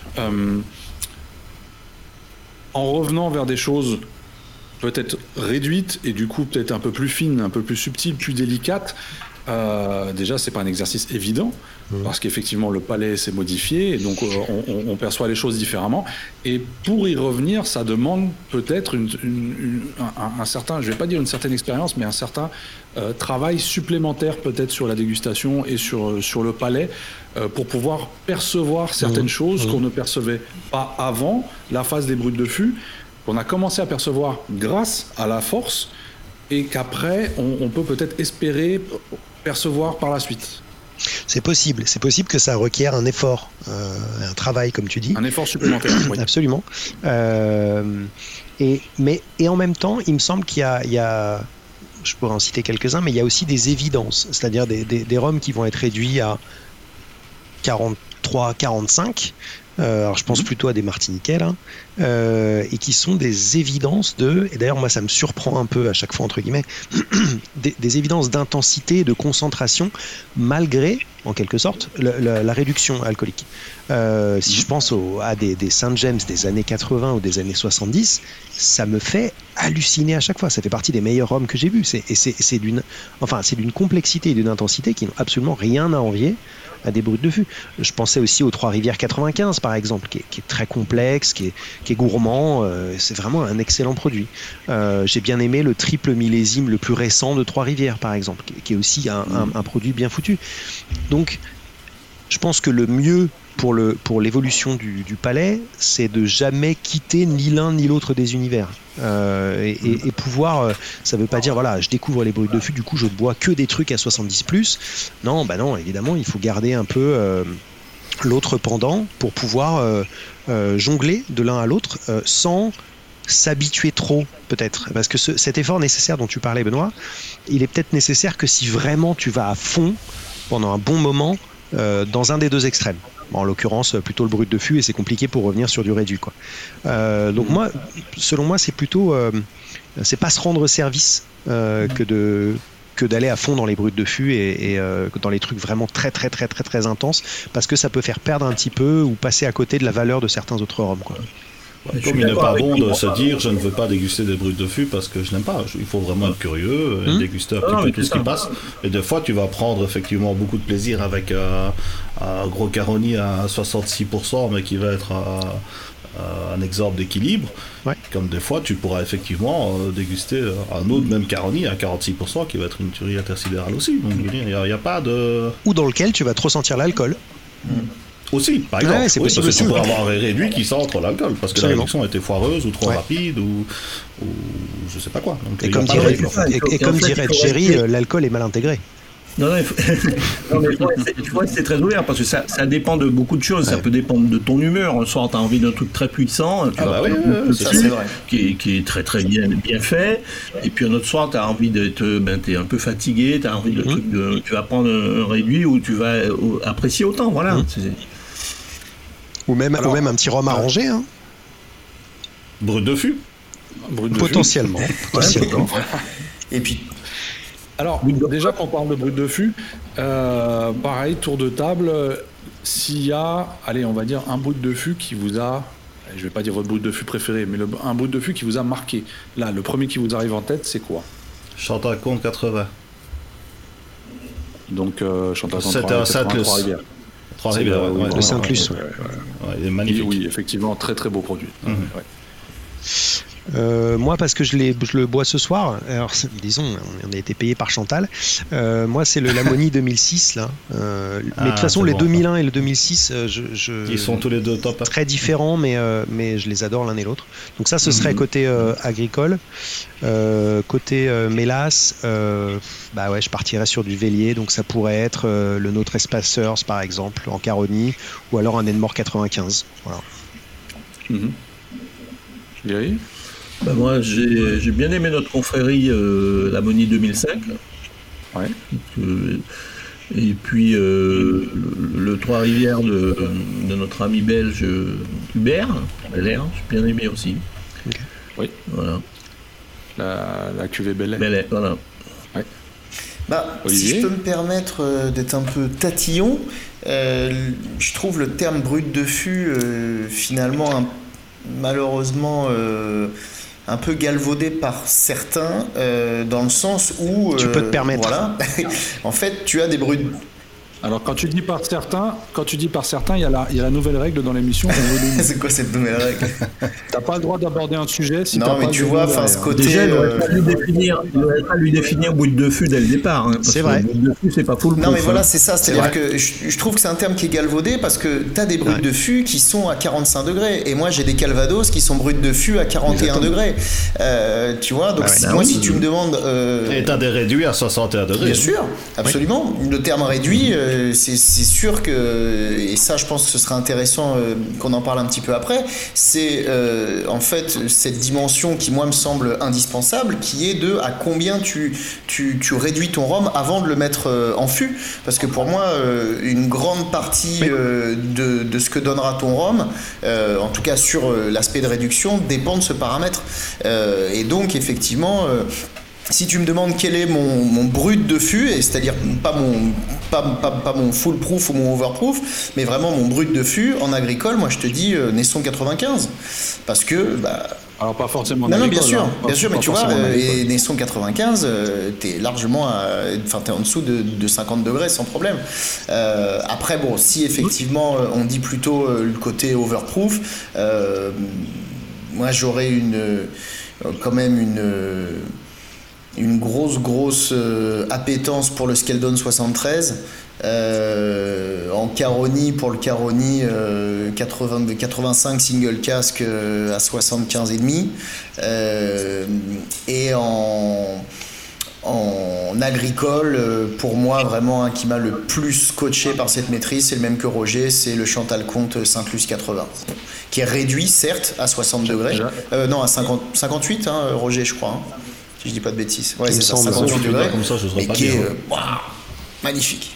en revenant vers des choses peut-être réduites et du coup peut-être un peu plus fines, un peu plus subtiles, plus délicates, déjà c'est pas un exercice évident parce qu'effectivement le palais s'est modifié et donc on perçoit les choses différemment, et pour y revenir ça demande peut-être un certain, je vais pas dire une certaine expérience, mais un certain travail supplémentaire peut-être sur la dégustation et sur le palais pour pouvoir percevoir certaines choses qu'on ne percevait pas avant la phase des brutes de fût, qu'on a commencé à percevoir grâce à la force et qu'après on peut peut-être espérer percevoir par la suite. C'est possible que ça requiert un effort, un travail comme tu dis. Un effort supplémentaire, oui. Absolument. Et en même temps, il me semble qu'il y a, je pourrais en citer quelques-uns, mais il y a aussi des évidences, c'est-à-dire des rhums qui vont être réduits à 43, 45. Alors je pense plutôt à des Martiniquais là, et qui sont des évidences et d'ailleurs moi ça me surprend un peu à chaque fois entre guillemets, des évidences d'intensité et de concentration malgré en quelque sorte la réduction alcoolique. Si je pense à des Saint James des années 80 ou des années 70, ça me fait halluciner à chaque fois. Ça fait partie des meilleurs rhums que j'ai vus. C'est d'une complexité et d'une intensité qui n'ont absolument rien à envier à des brutes de fût. Je pensais aussi aux Trois-Rivières 95 par exemple, qui est très complexe, qui est gourmand, c'est vraiment un excellent produit. J'ai bien aimé le triple millésime le plus récent de Trois-Rivières par exemple, qui est aussi un produit bien foutu. Donc je pense que le mieux pour l'évolution du palais, c'est de jamais quitter ni l'un ni l'autre des univers. Et pouvoir, ça veut pas dire voilà, je découvre les brutes de fût, du coup je bois que des trucs à 70+. Non, évidemment, il faut garder un peu l'autre pendant pour pouvoir jongler de l'un à l'autre sans s'habituer trop peut-être, parce que cet effort nécessaire dont tu parlais Benoît, il est peut-être nécessaire que si vraiment tu vas à fond pendant un bon moment dans un des deux extrêmes. En l'occurrence, plutôt le brut de fût, et c'est compliqué pour revenir sur du réduit, quoi. Donc selon moi, c'est plutôt, c'est pas se rendre service que d'aller à fond dans les brutes de fût et dans les trucs vraiment très très très très très intenses, parce que ça peut faire perdre un petit peu ou passer à côté de la valeur de certains autres rhums, quoi. Comme il n'est pas bon de se dire je ne veux pas déguster des brutes de fût parce que je n'aime pas. Il faut vraiment être curieux et déguster un petit peu tout ce qui passe. Et des fois, tu vas prendre effectivement beaucoup de plaisir avec un gros Caroni à 66%, mais qui va être un exemple d'équilibre. Ouais. Comme des fois, tu pourras effectivement déguster un autre même Caroni à 46% qui va être une tuerie intersidérale aussi. Donc, il n'y a pas de... Ou dans lequel tu vas trop sentir l'alcool. Aussi, par exemple. Ouais, c'est Oui, possible parce que tu aussi. pourrais avoir un réduit qui sort trop l'alcool, parce que Absolument. la réduction était foireuse ou trop Ouais. rapide ou je sais pas quoi. Donc, Et il y a comme pas de dirait, règle, en fait. et comme dirait Jerry, l'alcool est mal intégré. Non, non, il faut rester très ouvert parce que ça dépend de beaucoup de choses. Ça peut dépendre de ton humeur. Un soir, tu as envie d'un truc très puissant, tu vas prendre un ça, c'est vrai. qui est très très bien fait. Et puis un autre soir, tu as envie d'être, t'es un peu fatigué, tu as envie de truc tu vas prendre un réduit où tu vas apprécier autant. Voilà. Ou même un petit rhum arrangé, hein. Brut de fût. Potentiellement. Et puis, Alors, déjà qu'on parle de brut de fût, pareil, tour de table, s'il y a, allez, on va dire un brut de fût qui vous a, je vais pas dire votre brut de fût préféré, mais un brut de fût qui vous a marqué. Là, le premier qui vous arrive en tête, c'est quoi? Chantal Comte 80. Donc, Chantal Comte C'était un 80, Saint-Luce. Trois-Rivières. Trois-Rivières, ouais. Le Saint-Luce, ouais. Ouais, il est magnifique. Oui, effectivement, très très beau produit. Ouais. Moi, parce que je le bois ce soir, alors disons, on a été payé par Chantal. Moi, c'est le Lamoni 2006 là. Mais de toute façon, c'est les bon, 2001 et le 2006, Ils sont tous les deux top. très différents, mais je les adore l'un et l'autre. Donc ça, ce serait côté agricole. Côté mélasse, bah ouais, je partirais sur du Vélier. Donc ça pourrait être le Notre Espacers par exemple en Caronie, ou alors un Edmore 95. Voilà. Jerry? Bah, moi, j'ai bien aimé notre confrérie Lamoni 2005. Ouais. Et puis le Trois-Rivières de notre ami belge Hubert, j'ai bien aimé aussi. Okay. Oui. Voilà. La cuvée Bellet. Bellet, voilà. Ouais. bah, si Olivier je peux me permettre d'être un peu tatillon, je trouve le terme brut de fût finalement malheureusement un peu galvaudé par certains dans le sens où Tu peux te permettre. voilà. En fait, tu as des bruts. Alors quand tu dis par certains, il y a la nouvelle règle dans l'émission. C'est quoi cette nouvelle règle? T'as pas le droit d'aborder un sujet si Non, t'as mais pas tu de vois, nouvelles enfin, ce règles. côté. Déjà, il n'aurait pas lui définir brut de fût dès le départ. Hein, parce C'est que vrai. Brut de fût, c'est pas full Non, mais proof, voilà, hein. c'est ça. C'est-à-dire que je trouve que c'est un terme qui est galvaudé parce que tu as des brutes de fût qui sont à 45 degrés. Et moi, j'ai des Calvados qui sont brutes de fût à 41 degrés. Tu vois, donc si tu me demandes. Et t'as des réduits à 61 degrés. Bien sûr, absolument. Le terme réduit, c'est sûr que, et ça je pense que ce serait intéressant qu'on en parle un petit peu après, c'est en fait cette dimension qui moi me semble indispensable, qui est de à combien tu réduis ton rhum avant de le mettre en fût. Parce que pour moi, une grande partie de ce que donnera ton rhum, en tout cas sur l'aspect de réduction, dépend de ce paramètre. Et donc effectivement... si tu me demandes quel est mon brut de fût, et c'est-à-dire pas mon full proof ou mon overproof, mais vraiment mon brut de fût en agricole, moi je te dis Naisson 95, parce que alors pas forcément. Non, bien sûr, mais tu vois, et Naisson 95, t'es largement, t'es en dessous de 50 degrés sans problème. Après bon, si effectivement on dit plutôt le côté overproof, moi j'aurais quand même une grosse appétence pour le Skeldon 73 en Caronie, pour le Caronie 85 single casque à 75,5 et en agricole, pour moi vraiment qui m'a le plus coaché par cette maîtrise, c'est le même que Roger, c'est le Chantal Comte Saint-Luce 80, qui est réduit certes à 60 degrés, non à 58 Roger je crois, si je dis pas de bêtises. Ouais, c'est ça, 58 degrés. Comme ça, je serais mais pas qui bien. est magnifique.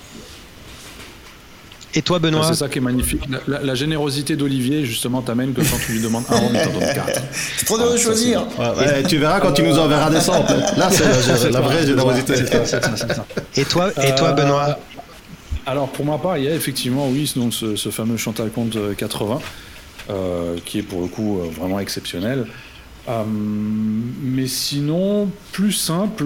Et toi, Benoît? C'est ça qui est magnifique. La générosité d'Olivier, justement, t'amène que quand tu lui demandes un rhum, il t'en donne 4. C'est trop dur de choisir. Ouais, tu verras quand tu nous enverras des samples. Là, c'est la vraie générosité. Et toi, Benoît? Alors, pour ma part, il y a effectivement, oui, donc ce fameux Chantal Comte 80, qui est pour le coup vraiment exceptionnel. Mais sinon, plus simple,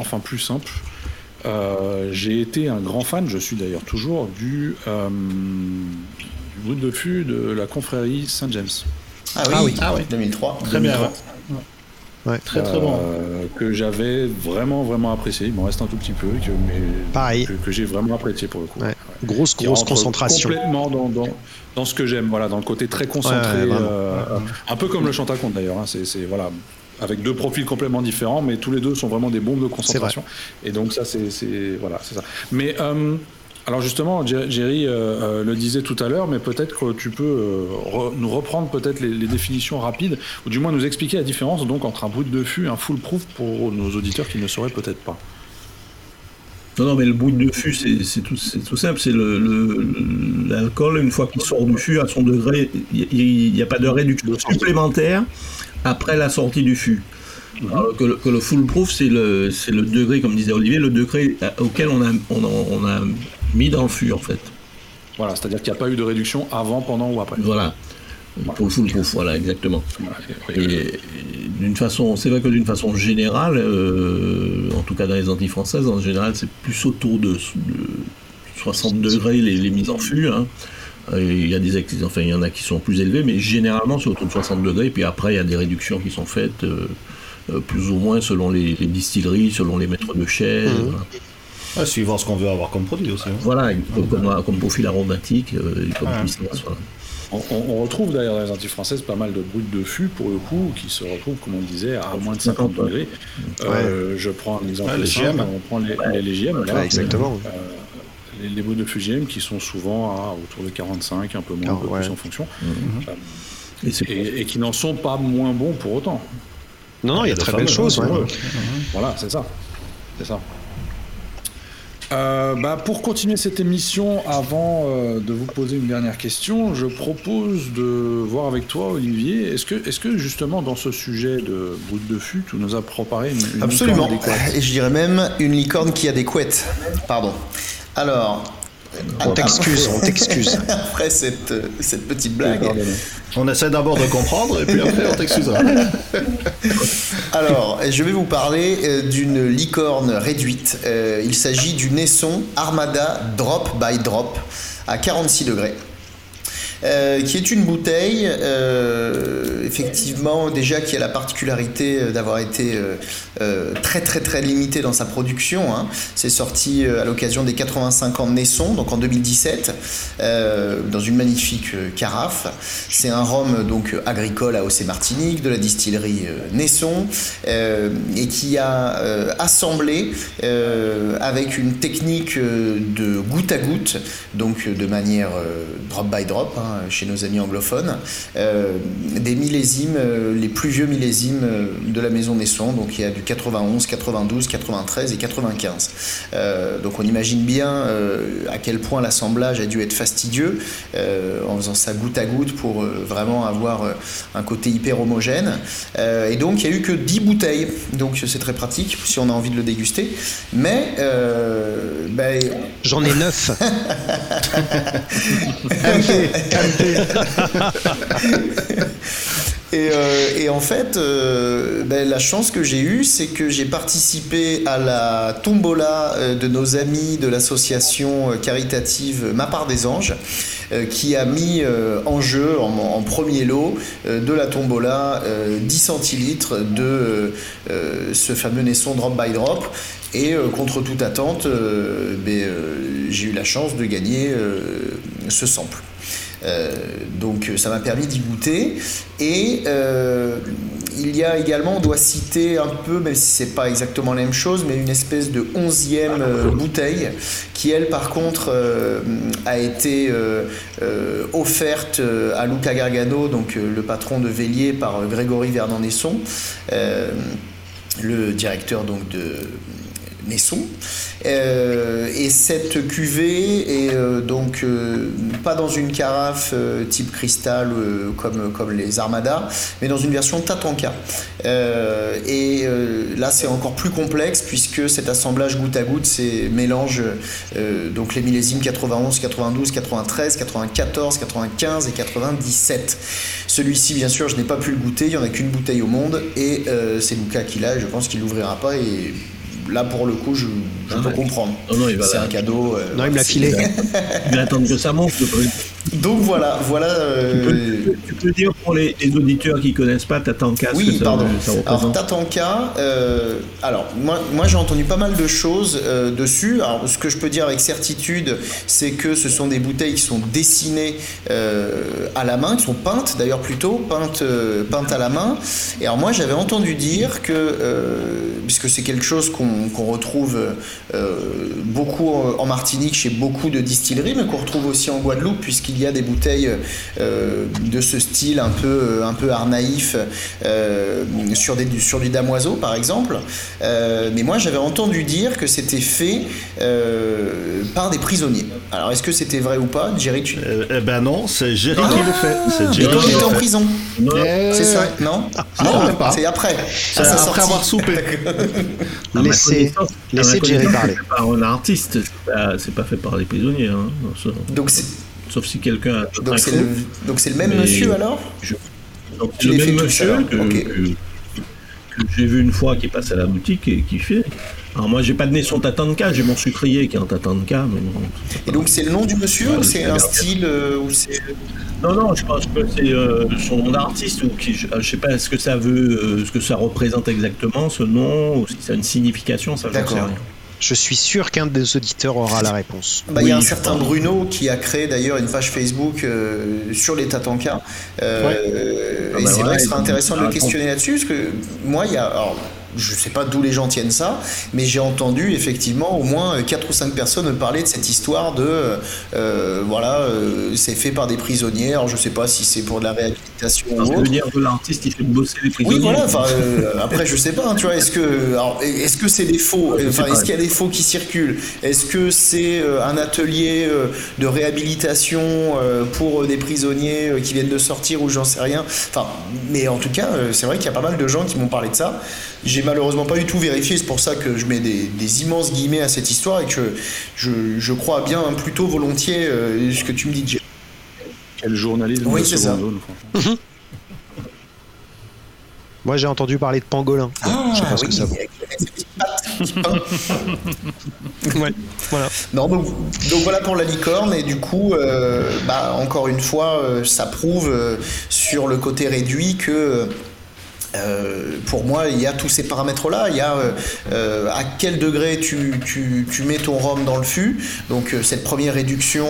j'ai été un grand fan, je suis d'ailleurs toujours, du brut de fût de la confrérie Saint-James. Ah oui, 2003. Très bien. Ouais. Très bon. Que j'avais vraiment apprécié. Il m'en reste un tout petit peu, Pareil. que j'ai vraiment apprécié pour le coup. Ouais. Grosse concentration. Complètement dans ce que j'aime, voilà, dans le côté très concentré, un peu comme le Chantaconte d'ailleurs. Hein, c'est voilà, avec deux profils complètement différents, mais tous les deux sont vraiment des bombes de concentration. Et donc ça, c'est ça. Mais alors justement, Jerry le disait tout à l'heure, mais peut-être que tu peux nous reprendre peut-être les définitions rapides, ou du moins nous expliquer la différence donc entre un brut de fût et un full-proof pour nos auditeurs qui ne sauraient peut-être pas. Non, mais le brut de fût, c'est tout simple. C'est l'alcool, une fois qu'il sort du fût, à son degré, il n'y a pas de réduction supplémentaire après la sortie du fût. Alors que le full proof, c'est le degré, comme disait Olivier, le degré auquel on a mis dans le fût, en fait. Voilà, c'est-à-dire qu'il n'y a pas eu de réduction avant, pendant ou après. Voilà. Pour le full proof, voilà, exactement. Et c'est vrai que d'une façon générale, en tout cas dans les Antilles françaises, en général, c'est plus autour de 60 degrés les mises en fût. Hein. Il y en a qui sont plus élevés, mais généralement c'est autour de 60 degrés. Et puis après, il y a des réductions qui sont faites plus ou moins selon les distilleries, selon les maîtres de chais. Voilà. Suivant ce qu'on veut avoir comme produit aussi. Hein. Voilà, comme profil aromatique, comme puissance. Voilà. On retrouve d'ailleurs dans les Antilles françaises pas mal de brut de fût pour le coup qui se retrouvent, comme on disait, à moins de 50 degrés. Je prends un exemple simple, on prend les JM. Voilà, exactement. Les bruts de fût JM qui sont souvent autour de 45, un peu moins, un peu plus en fonction. Et qui n'en sont pas moins bons pour autant. Non, il y a de très belles choses. Voilà, c'est ça. Pour continuer cette émission, avant de vous poser une dernière question, je propose de voir avec toi, Olivier, est-ce que justement dans ce sujet de brut de fût, tu nous as préparé une Absolument. licorne adéquate. Et je dirais même une licorne qui a des couettes. Pardon. Alors... On t'excuse. Après cette petite blague. On essaie d'abord de comprendre et puis après on t'excusera. Alors, je vais vous parler d'une licorne réduite. Il s'agit du Naisson Armada Drop by Drop à 46 degrés. Qui est une bouteille, effectivement, déjà qui a la particularité d'avoir été très très très limitée dans sa production. Hein. C'est sorti à l'occasion des 85 ans de Naisson, donc en 2017, dans une magnifique carafe. C'est un rhum donc agricole à Océ-Martinique, de la distillerie Naisson, et qui a assemblé avec une technique de goutte à goutte, donc de manière drop by drop, hein, chez nos amis anglophones, des millésimes, les plus vieux millésimes de la maison Naisson, donc il y a du 91, 92, 93 et 95. Donc on imagine bien à quel point l'assemblage a dû être fastidieux en faisant ça goutte à goutte pour vraiment avoir un côté hyper homogène. Et donc il n'y a eu que 10 bouteilles, donc c'est très pratique si on a envie de le déguster. Mais j'en ai 9. Et en fait, la chance que j'ai eue, c'est que j'ai participé à la tombola de nos amis de l'association caritative Ma Part des Anges, qui a mis en jeu, en premier lot de la tombola, 10 centilitres de ce fameux Naisson Drop by Drop. Et contre toute attente, j'ai eu la chance de gagner ce sample. Donc ça m'a permis d'y goûter. Et il y a également, on doit citer un peu, même si c'est pas exactement la même chose, mais une espèce de 11e bouteille qui, elle, par contre, a été offerte à Luca Gargano, donc le patron de Vélier, par Grégory Vernon-Naisson, le directeur donc de Naisson. Et cette cuvée est donc pas dans une carafe type cristal comme les Armada, mais dans une version Tatanka. Là c'est encore plus complexe puisque cet assemblage goutte à goutte, c'est mélange donc les millésimes 91, 92, 93, 94, 95 et 97. Celui-ci bien sûr je n'ai pas pu le goûter, il n'y en a qu'une bouteille au monde et c'est Luca qui l'a, je pense qu'il l'ouvrira pas et là pour le coup, je peux comprendre. Non, c'est un cadeau. Non, il me l'a filé. Il va attendre que ça monte. Donc voilà. Tu peux dire pour les auditeurs qui connaissent pas Tatanka. Oui, pardon. Ça alors Tatanka, alors moi j'ai entendu pas mal de choses dessus. Alors ce que je peux dire avec certitude, c'est que ce sont des bouteilles qui sont dessinées à la main, qui sont peintes d'ailleurs plutôt peintes à la main. Et alors moi j'avais entendu dire que puisque c'est quelque chose qu'on retrouve beaucoup en Martinique chez beaucoup de distilleries, mais qu'on retrouve aussi en Guadeloupe, puisqu'il y a des bouteilles de ce style un peu art naïf sur du damoiseau par exemple. Mais moi j'avais entendu dire que c'était fait par des prisonniers. Alors est-ce que c'était vrai ou pas, Jerry? Eh ben non, c'est Jerry qui le fait. C'est Jerry qui était en prison. C'est ça, non? Non, pas. C'est après. C'est après avoir soupé. Laissez Jerry parler. C'est pas un artiste, c'est pas fait par les prisonniers. Hein. Donc sauf si quelqu'un. Donc c'est le même monsieur alors? Donc c'est le même monsieur que j'ai vu une fois qui passe à la boutique et qui fait. Alors moi j'ai pas donné son Tatanka, j'ai mon sucrier qui est en Tatanka. Mais bon, et donc c'est le nom du monsieur ou c'est un style ou c'est... Non, je pense que c'est son nom d'artiste ou je sais pas ce que ça veut, ce que ça représente exactement ce nom ou si ça a une signification, ça je ne sais rien. Je suis sûr qu'un des auditeurs aura la réponse. Il y a un certain Bruno qui a créé d'ailleurs une page Facebook sur les Tatanka. Et c'est vrai que ce serait intéressant de le questionner là-dessus, parce que moi, je sais pas d'où les gens tiennent ça, mais j'ai entendu effectivement au moins 4 ou 5 personnes me parler de cette histoire de c'est fait par des prisonniers. Alors je sais pas si c'est pour de la réhabilitation ou autre. Ça veut dire que l'artiste il fait bosser les prisonniers. Oui, voilà. Après je sais pas. Hein, tu vois, est-ce que c'est des faux? Est-ce qu'il y a des faux qui circulent? Est-ce que c'est un atelier de réhabilitation pour des prisonniers qui viennent de sortir ou j'en sais rien. Enfin, mais en tout cas, c'est vrai qu'il y a pas mal de gens qui m'ont parlé de ça. J'ai malheureusement pas du tout vérifié, c'est pour ça que je mets des immenses guillemets à cette histoire et que je crois bien plutôt volontiers ce que tu me dis. Quel journalisme oui, de c'est seconde ça. zone, franchement. Moi j'ai entendu parler de pangolin. Je sais pas ce que ça vaut. Ouais, voilà. Non, donc voilà pour la licorne et du coup, encore une fois, ça prouve sur le côté réduit que pour moi, il y a tous ces paramètres-là. Il y a à quel degré tu mets ton rhum dans le fût. Donc cette première réduction,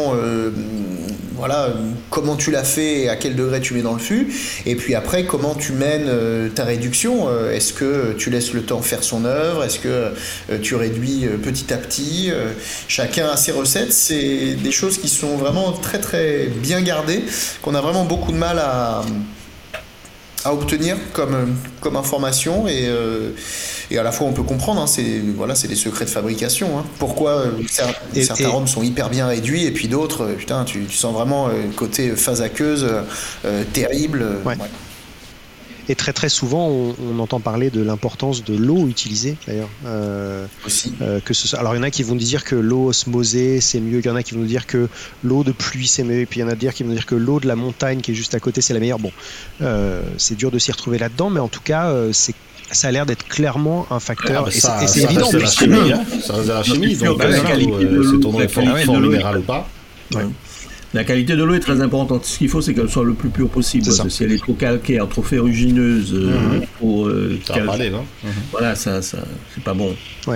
comment tu l'as fait et à quel degré tu mets dans le fût. Et puis après, comment tu mènes ta réduction. Est-ce que tu laisses le temps faire son œuvre? Est-ce que tu réduis petit à petit? Chacun a ses recettes. C'est des choses qui sont vraiment très très bien gardées, qu'on a vraiment beaucoup de mal à obtenir comme information et à la fois on peut comprendre, hein, c'est des secrets de fabrication, hein. Pourquoi certains rhums sont hyper bien réduits et puis d'autres, putain, tu sens vraiment le côté phase aqueuse terrible. Ouais. Et très très souvent, on entend parler de l'importance de l'eau utilisée d'ailleurs. Aussi. Alors il y en a qui vont dire que l'eau osmosée c'est mieux, il y en a qui vont dire que l'eau de pluie c'est mieux, et puis il y en a qui vont dire que l'eau de la montagne qui est juste à côté c'est la meilleure. Bon, c'est dur de s'y retrouver là-dedans, mais en tout cas ça a l'air d'être clairement un facteur. Et c'est évident. C'est la chimie, hein. Ça reste de la chimie. Donc c'est ton fort minéral ou pas. Ouais. La qualité de l'eau est très importante. Ce qu'il faut, c'est qu'elle soit le plus pure possible. Parce que si elle est trop calcaire, trop ferrugineuse, trop voilà, ça c'est pas bon. Ouais.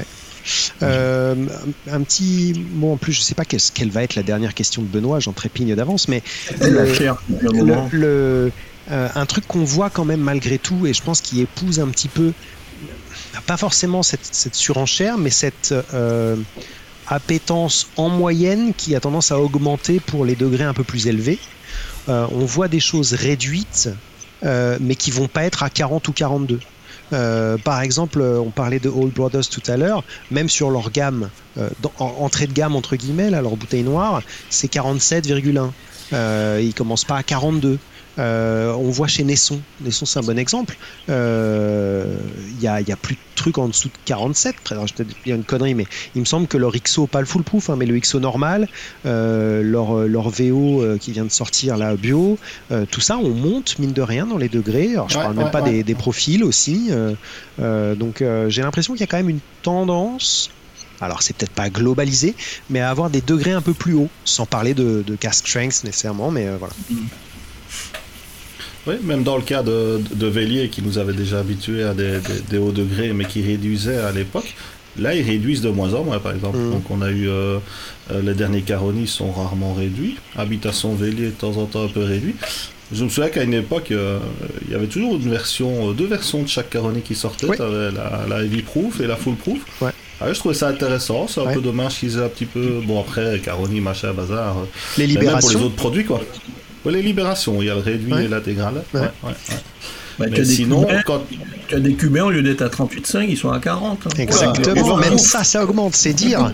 Un petit mot en plus, je sais pas quelle va être la dernière question de Benoît, j'en trépigne d'avance, mais un truc qu'on voit quand même malgré tout, et je pense qu'il épouse un petit peu, pas forcément cette surenchère, mais cette appétence en moyenne qui a tendance à augmenter pour les degrés un peu plus élevés. On voit des choses réduites, mais qui vont pas être à 40 ou 42. Par exemple, on parlait de Old Brothers tout à l'heure, même sur leur gamme, entrée de gamme entre guillemets, là, leur bouteille noire, c'est 47,1. Il commence pas à 42. On voit chez Nesson, c'est un bon exemple. Il y a plus de trucs en dessous de 47. Je vais peut-être dire une connerie, mais il me semble que leur XO, pas le full-proof, mais le XO normal, leur VO qui vient de sortir là, bio, tout ça, on monte mine de rien dans les degrés. Alors je parle même pas des profils aussi. Donc j'ai l'impression qu'il y a quand même une tendance. Alors c'est peut-être pas globalisé, mais à avoir des degrés un peu plus hauts, sans parler de cast strength nécessairement, mais voilà. Oui, même dans le cas de Vélier, qui nous avait déjà habitués à des hauts degrés, mais qui réduisait à l'époque, là, ils réduisent de moins en moins, par exemple. Donc, on a eu les derniers Caroni sont rarement réduits. Habitation Vélier, de temps en temps, un peu réduit. Je me souviens qu'à une époque, il y avait toujours deux versions de chaque Caroni qui sortaient. Tu avais la Heavy Proof et la Full Proof. Ouais. Je trouvais ça intéressant. C'est un peu dommage qu'ils aient un petit peu... Bon, après, Caroni, machin, bazar. Les libérations. Même pour les autres produits, quoi. Les libérations, il y a le réduit et l'intégral. Mais sinon, quand tu as des cubés, au lieu d'être à 38,5, ils sont à 40. Hein. Exactement, même ça augmente, c'est dire.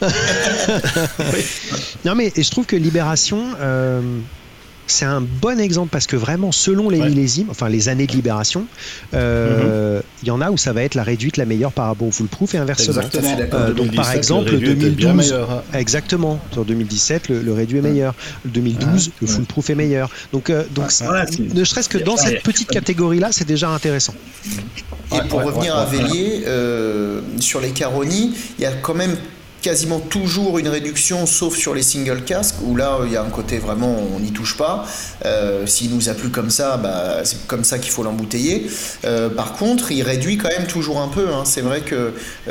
Non mais je trouve que Libération, c'est un bon exemple parce que vraiment, selon les millésimes, enfin les années de Libération, il y en a où ça va être la réduite la meilleure par rapport au full proof et inversement. Donc par exemple, 2012, exactement, sur 2017, le réduit est meilleur. 2012, le full proof est meilleur. Donc ne serait-ce que dans cette petite catégorie-là, c'est déjà intéressant. Et pour revenir à Vélier, sur les Caroni, il y a quand même quasiment toujours une réduction, sauf sur les single casques, où là, il y a un côté vraiment, on n'y touche pas. S'il nous a plu comme ça, c'est comme ça qu'il faut l'embouteiller. Par contre, il réduit quand même toujours un peu. C'est vrai que...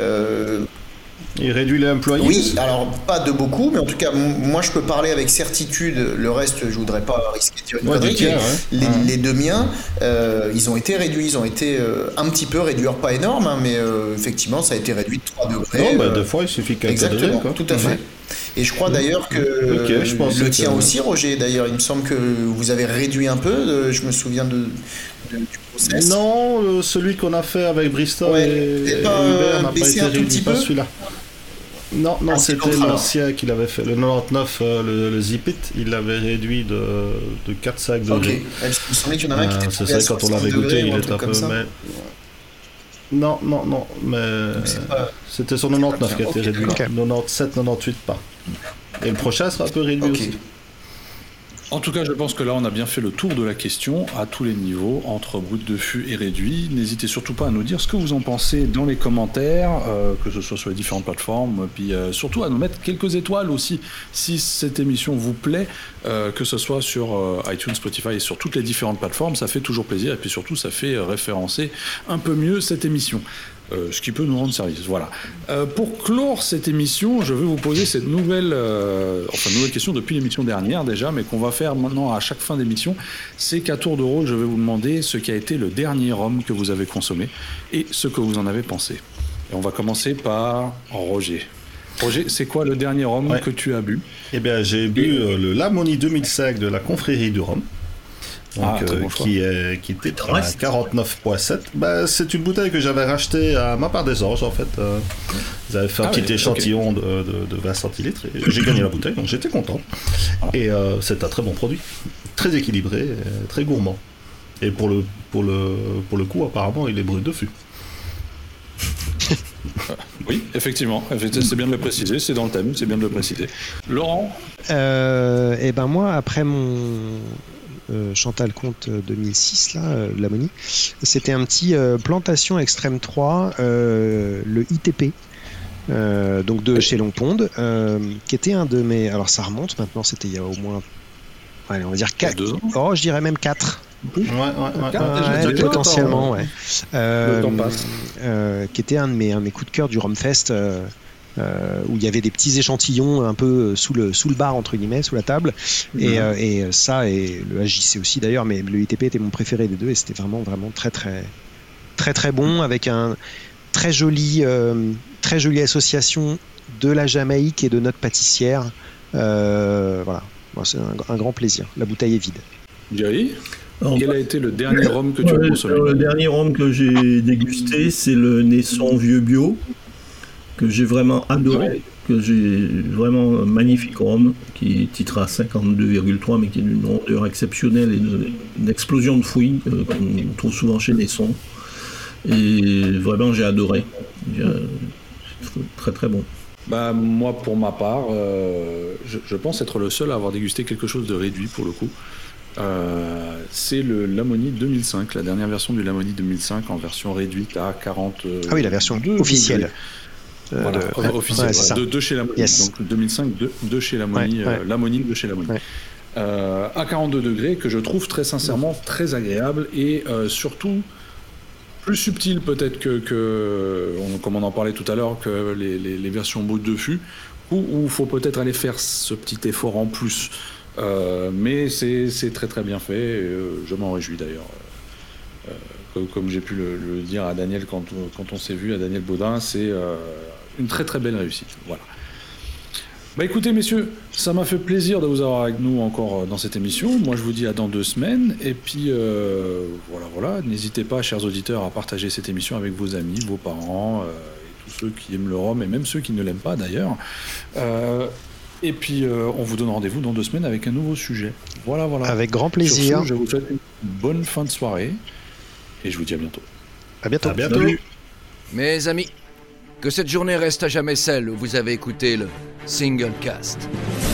il réduit les employés. Oui, alors pas de beaucoup, mais en tout cas, moi je peux parler avec certitude. Le reste, je voudrais pas risquer de dire une connerie. Les deux miens, ils ont été réduits, ils ont été un petit peu réduits, pas énorme, mais effectivement, ça a été réduit de 3 degrés. Non, deux fois, il suffit qu'un degré. Exactement, tout à fait. Et je crois d'ailleurs que le tien aussi, Roger, d'ailleurs, il me semble que vous avez réduit un peu, je me souviens du process. Non, celui qu'on a fait avec Bristol et Hubert n'a pas été réduit, pas celui-là. Non, c'était l'ancien qu'il avait fait, le 99, le Zipit, il l'avait réduit de 4-5 degrés. Ok, il me semblait qu'il y en avait un qui était c'est vrai, quand on l'avait goûté, il était un peu... Non, mais c'était sur 99 qui a été réduit. 97, 98 pas. Et le prochain sera un peu réduit aussi. En tout cas, je pense que là, on a bien fait le tour de la question à tous les niveaux, entre brut de fût et réduit. N'hésitez surtout pas à nous dire ce que vous en pensez dans les commentaires, que ce soit sur les différentes plateformes, puis surtout à nous mettre quelques étoiles aussi, si cette émission vous plaît, que ce soit sur iTunes, Spotify et sur toutes les différentes plateformes, ça fait toujours plaisir, et puis surtout, ça fait référencer un peu mieux cette émission. Ce qui peut nous rendre service. Voilà. Pour clore cette émission, je vais vous poser cette nouvelle question depuis l'émission dernière déjà, mais qu'on va faire maintenant à chaque fin d'émission. C'est qu'à tour de rôle, je vais vous demander ce qui a été le dernier rhum que vous avez consommé et ce que vous en avez pensé. Et on va commencer par Roger. Roger, c'est quoi le dernier rhum que tu as bu ? Eh bien, j'ai bu le Lamoni 2005 de la Confrérie du Rhum. Donc, qui était à 49,7. C'est une bouteille que j'avais rachetée à ma part des Anges en fait. Ils avaient fait un petit échantillon de 20 centilitres et j'ai gagné la bouteille, donc j'étais content. Et c'est un très bon produit, très équilibré, très gourmand. Et pour le coup, apparemment, il est brut de fût. Oui, effectivement, c'est bien de le préciser, c'est dans le thème, c'est bien de le préciser. Laurent ? Et ben moi, après mon Chantal Comte 2006 Lamoni, c'était un petit Plantation Extrême 3, le ITP, donc de chez Longpond, qui était un de mes... Alors ça remonte maintenant, c'était il y a au moins, allez, on va dire 4 ans. Oh, je dirais même 4. Potentiellement, le temps passe. Qui était un de mes coups de cœur du Rumfest, où il y avait des petits échantillons un peu sous le bar, entre guillemets, sous la table, et ça, et le HJC aussi d'ailleurs, mais le ITP était mon préféré des deux, et c'était vraiment très très très très bon, avec un très jolie association de la Jamaïque et de notre pâtissière. Voilà, c'est un grand plaisir. La bouteille est vide. Jerry, quel a été le dernier rhum que tu as consommé ? Le dernier rhum que j'ai dégusté, c'est le Nesson Vieux Bio, que j'ai vraiment adoré. que j'ai vraiment un magnifique rhum qui titre à 52,3 mais qui est d'une rondeur exceptionnelle et d'une explosion de fruits qu'on trouve souvent chez Nesson. Et vraiment j'ai adoré. C'est très très bon. Bah, moi pour ma part, je pense être le seul à avoir dégusté quelque chose de réduit pour le coup. C'est le Lamoni 2005, la dernière version du Lamoni 2005 en version réduite à 40. Ah oui, la version officielle. Voilà, officielle, ouais, de chez Lamoni. Yes. Donc 2005 de chez Lamoni, Lamoni de chez Lamoni. Ouais. À 42 degrés, que je trouve très sincèrement très agréable et surtout plus subtil peut-être comme on en parlait tout à l'heure, que les versions brutes de fût, où il faut peut-être aller faire ce petit effort en plus. Mais c'est très très bien fait, je m'en réjouis d'ailleurs. Comme j'ai pu le dire à Daniel quand on s'est vu, à Daniel Baudin, c'est une très très belle réussite. Voilà. Bah écoutez messieurs, ça m'a fait plaisir de vous avoir avec nous encore dans cette émission. Moi je vous dis à dans 2 semaines, et puis voilà. N'hésitez pas, chers auditeurs, à partager cette émission avec vos amis, vos parents, et tous ceux qui aiment le rhum, et même ceux qui ne l'aiment pas d'ailleurs. Et puis on vous donne rendez-vous dans 2 semaines avec un nouveau sujet. Voilà. Avec grand plaisir. Sur ce, je vous souhaite une bonne fin de soirée, et je vous dis à bientôt. À bientôt. À bientôt. Salut. Mes amis, que cette journée reste à jamais celle où vous avez écouté le Single Cast.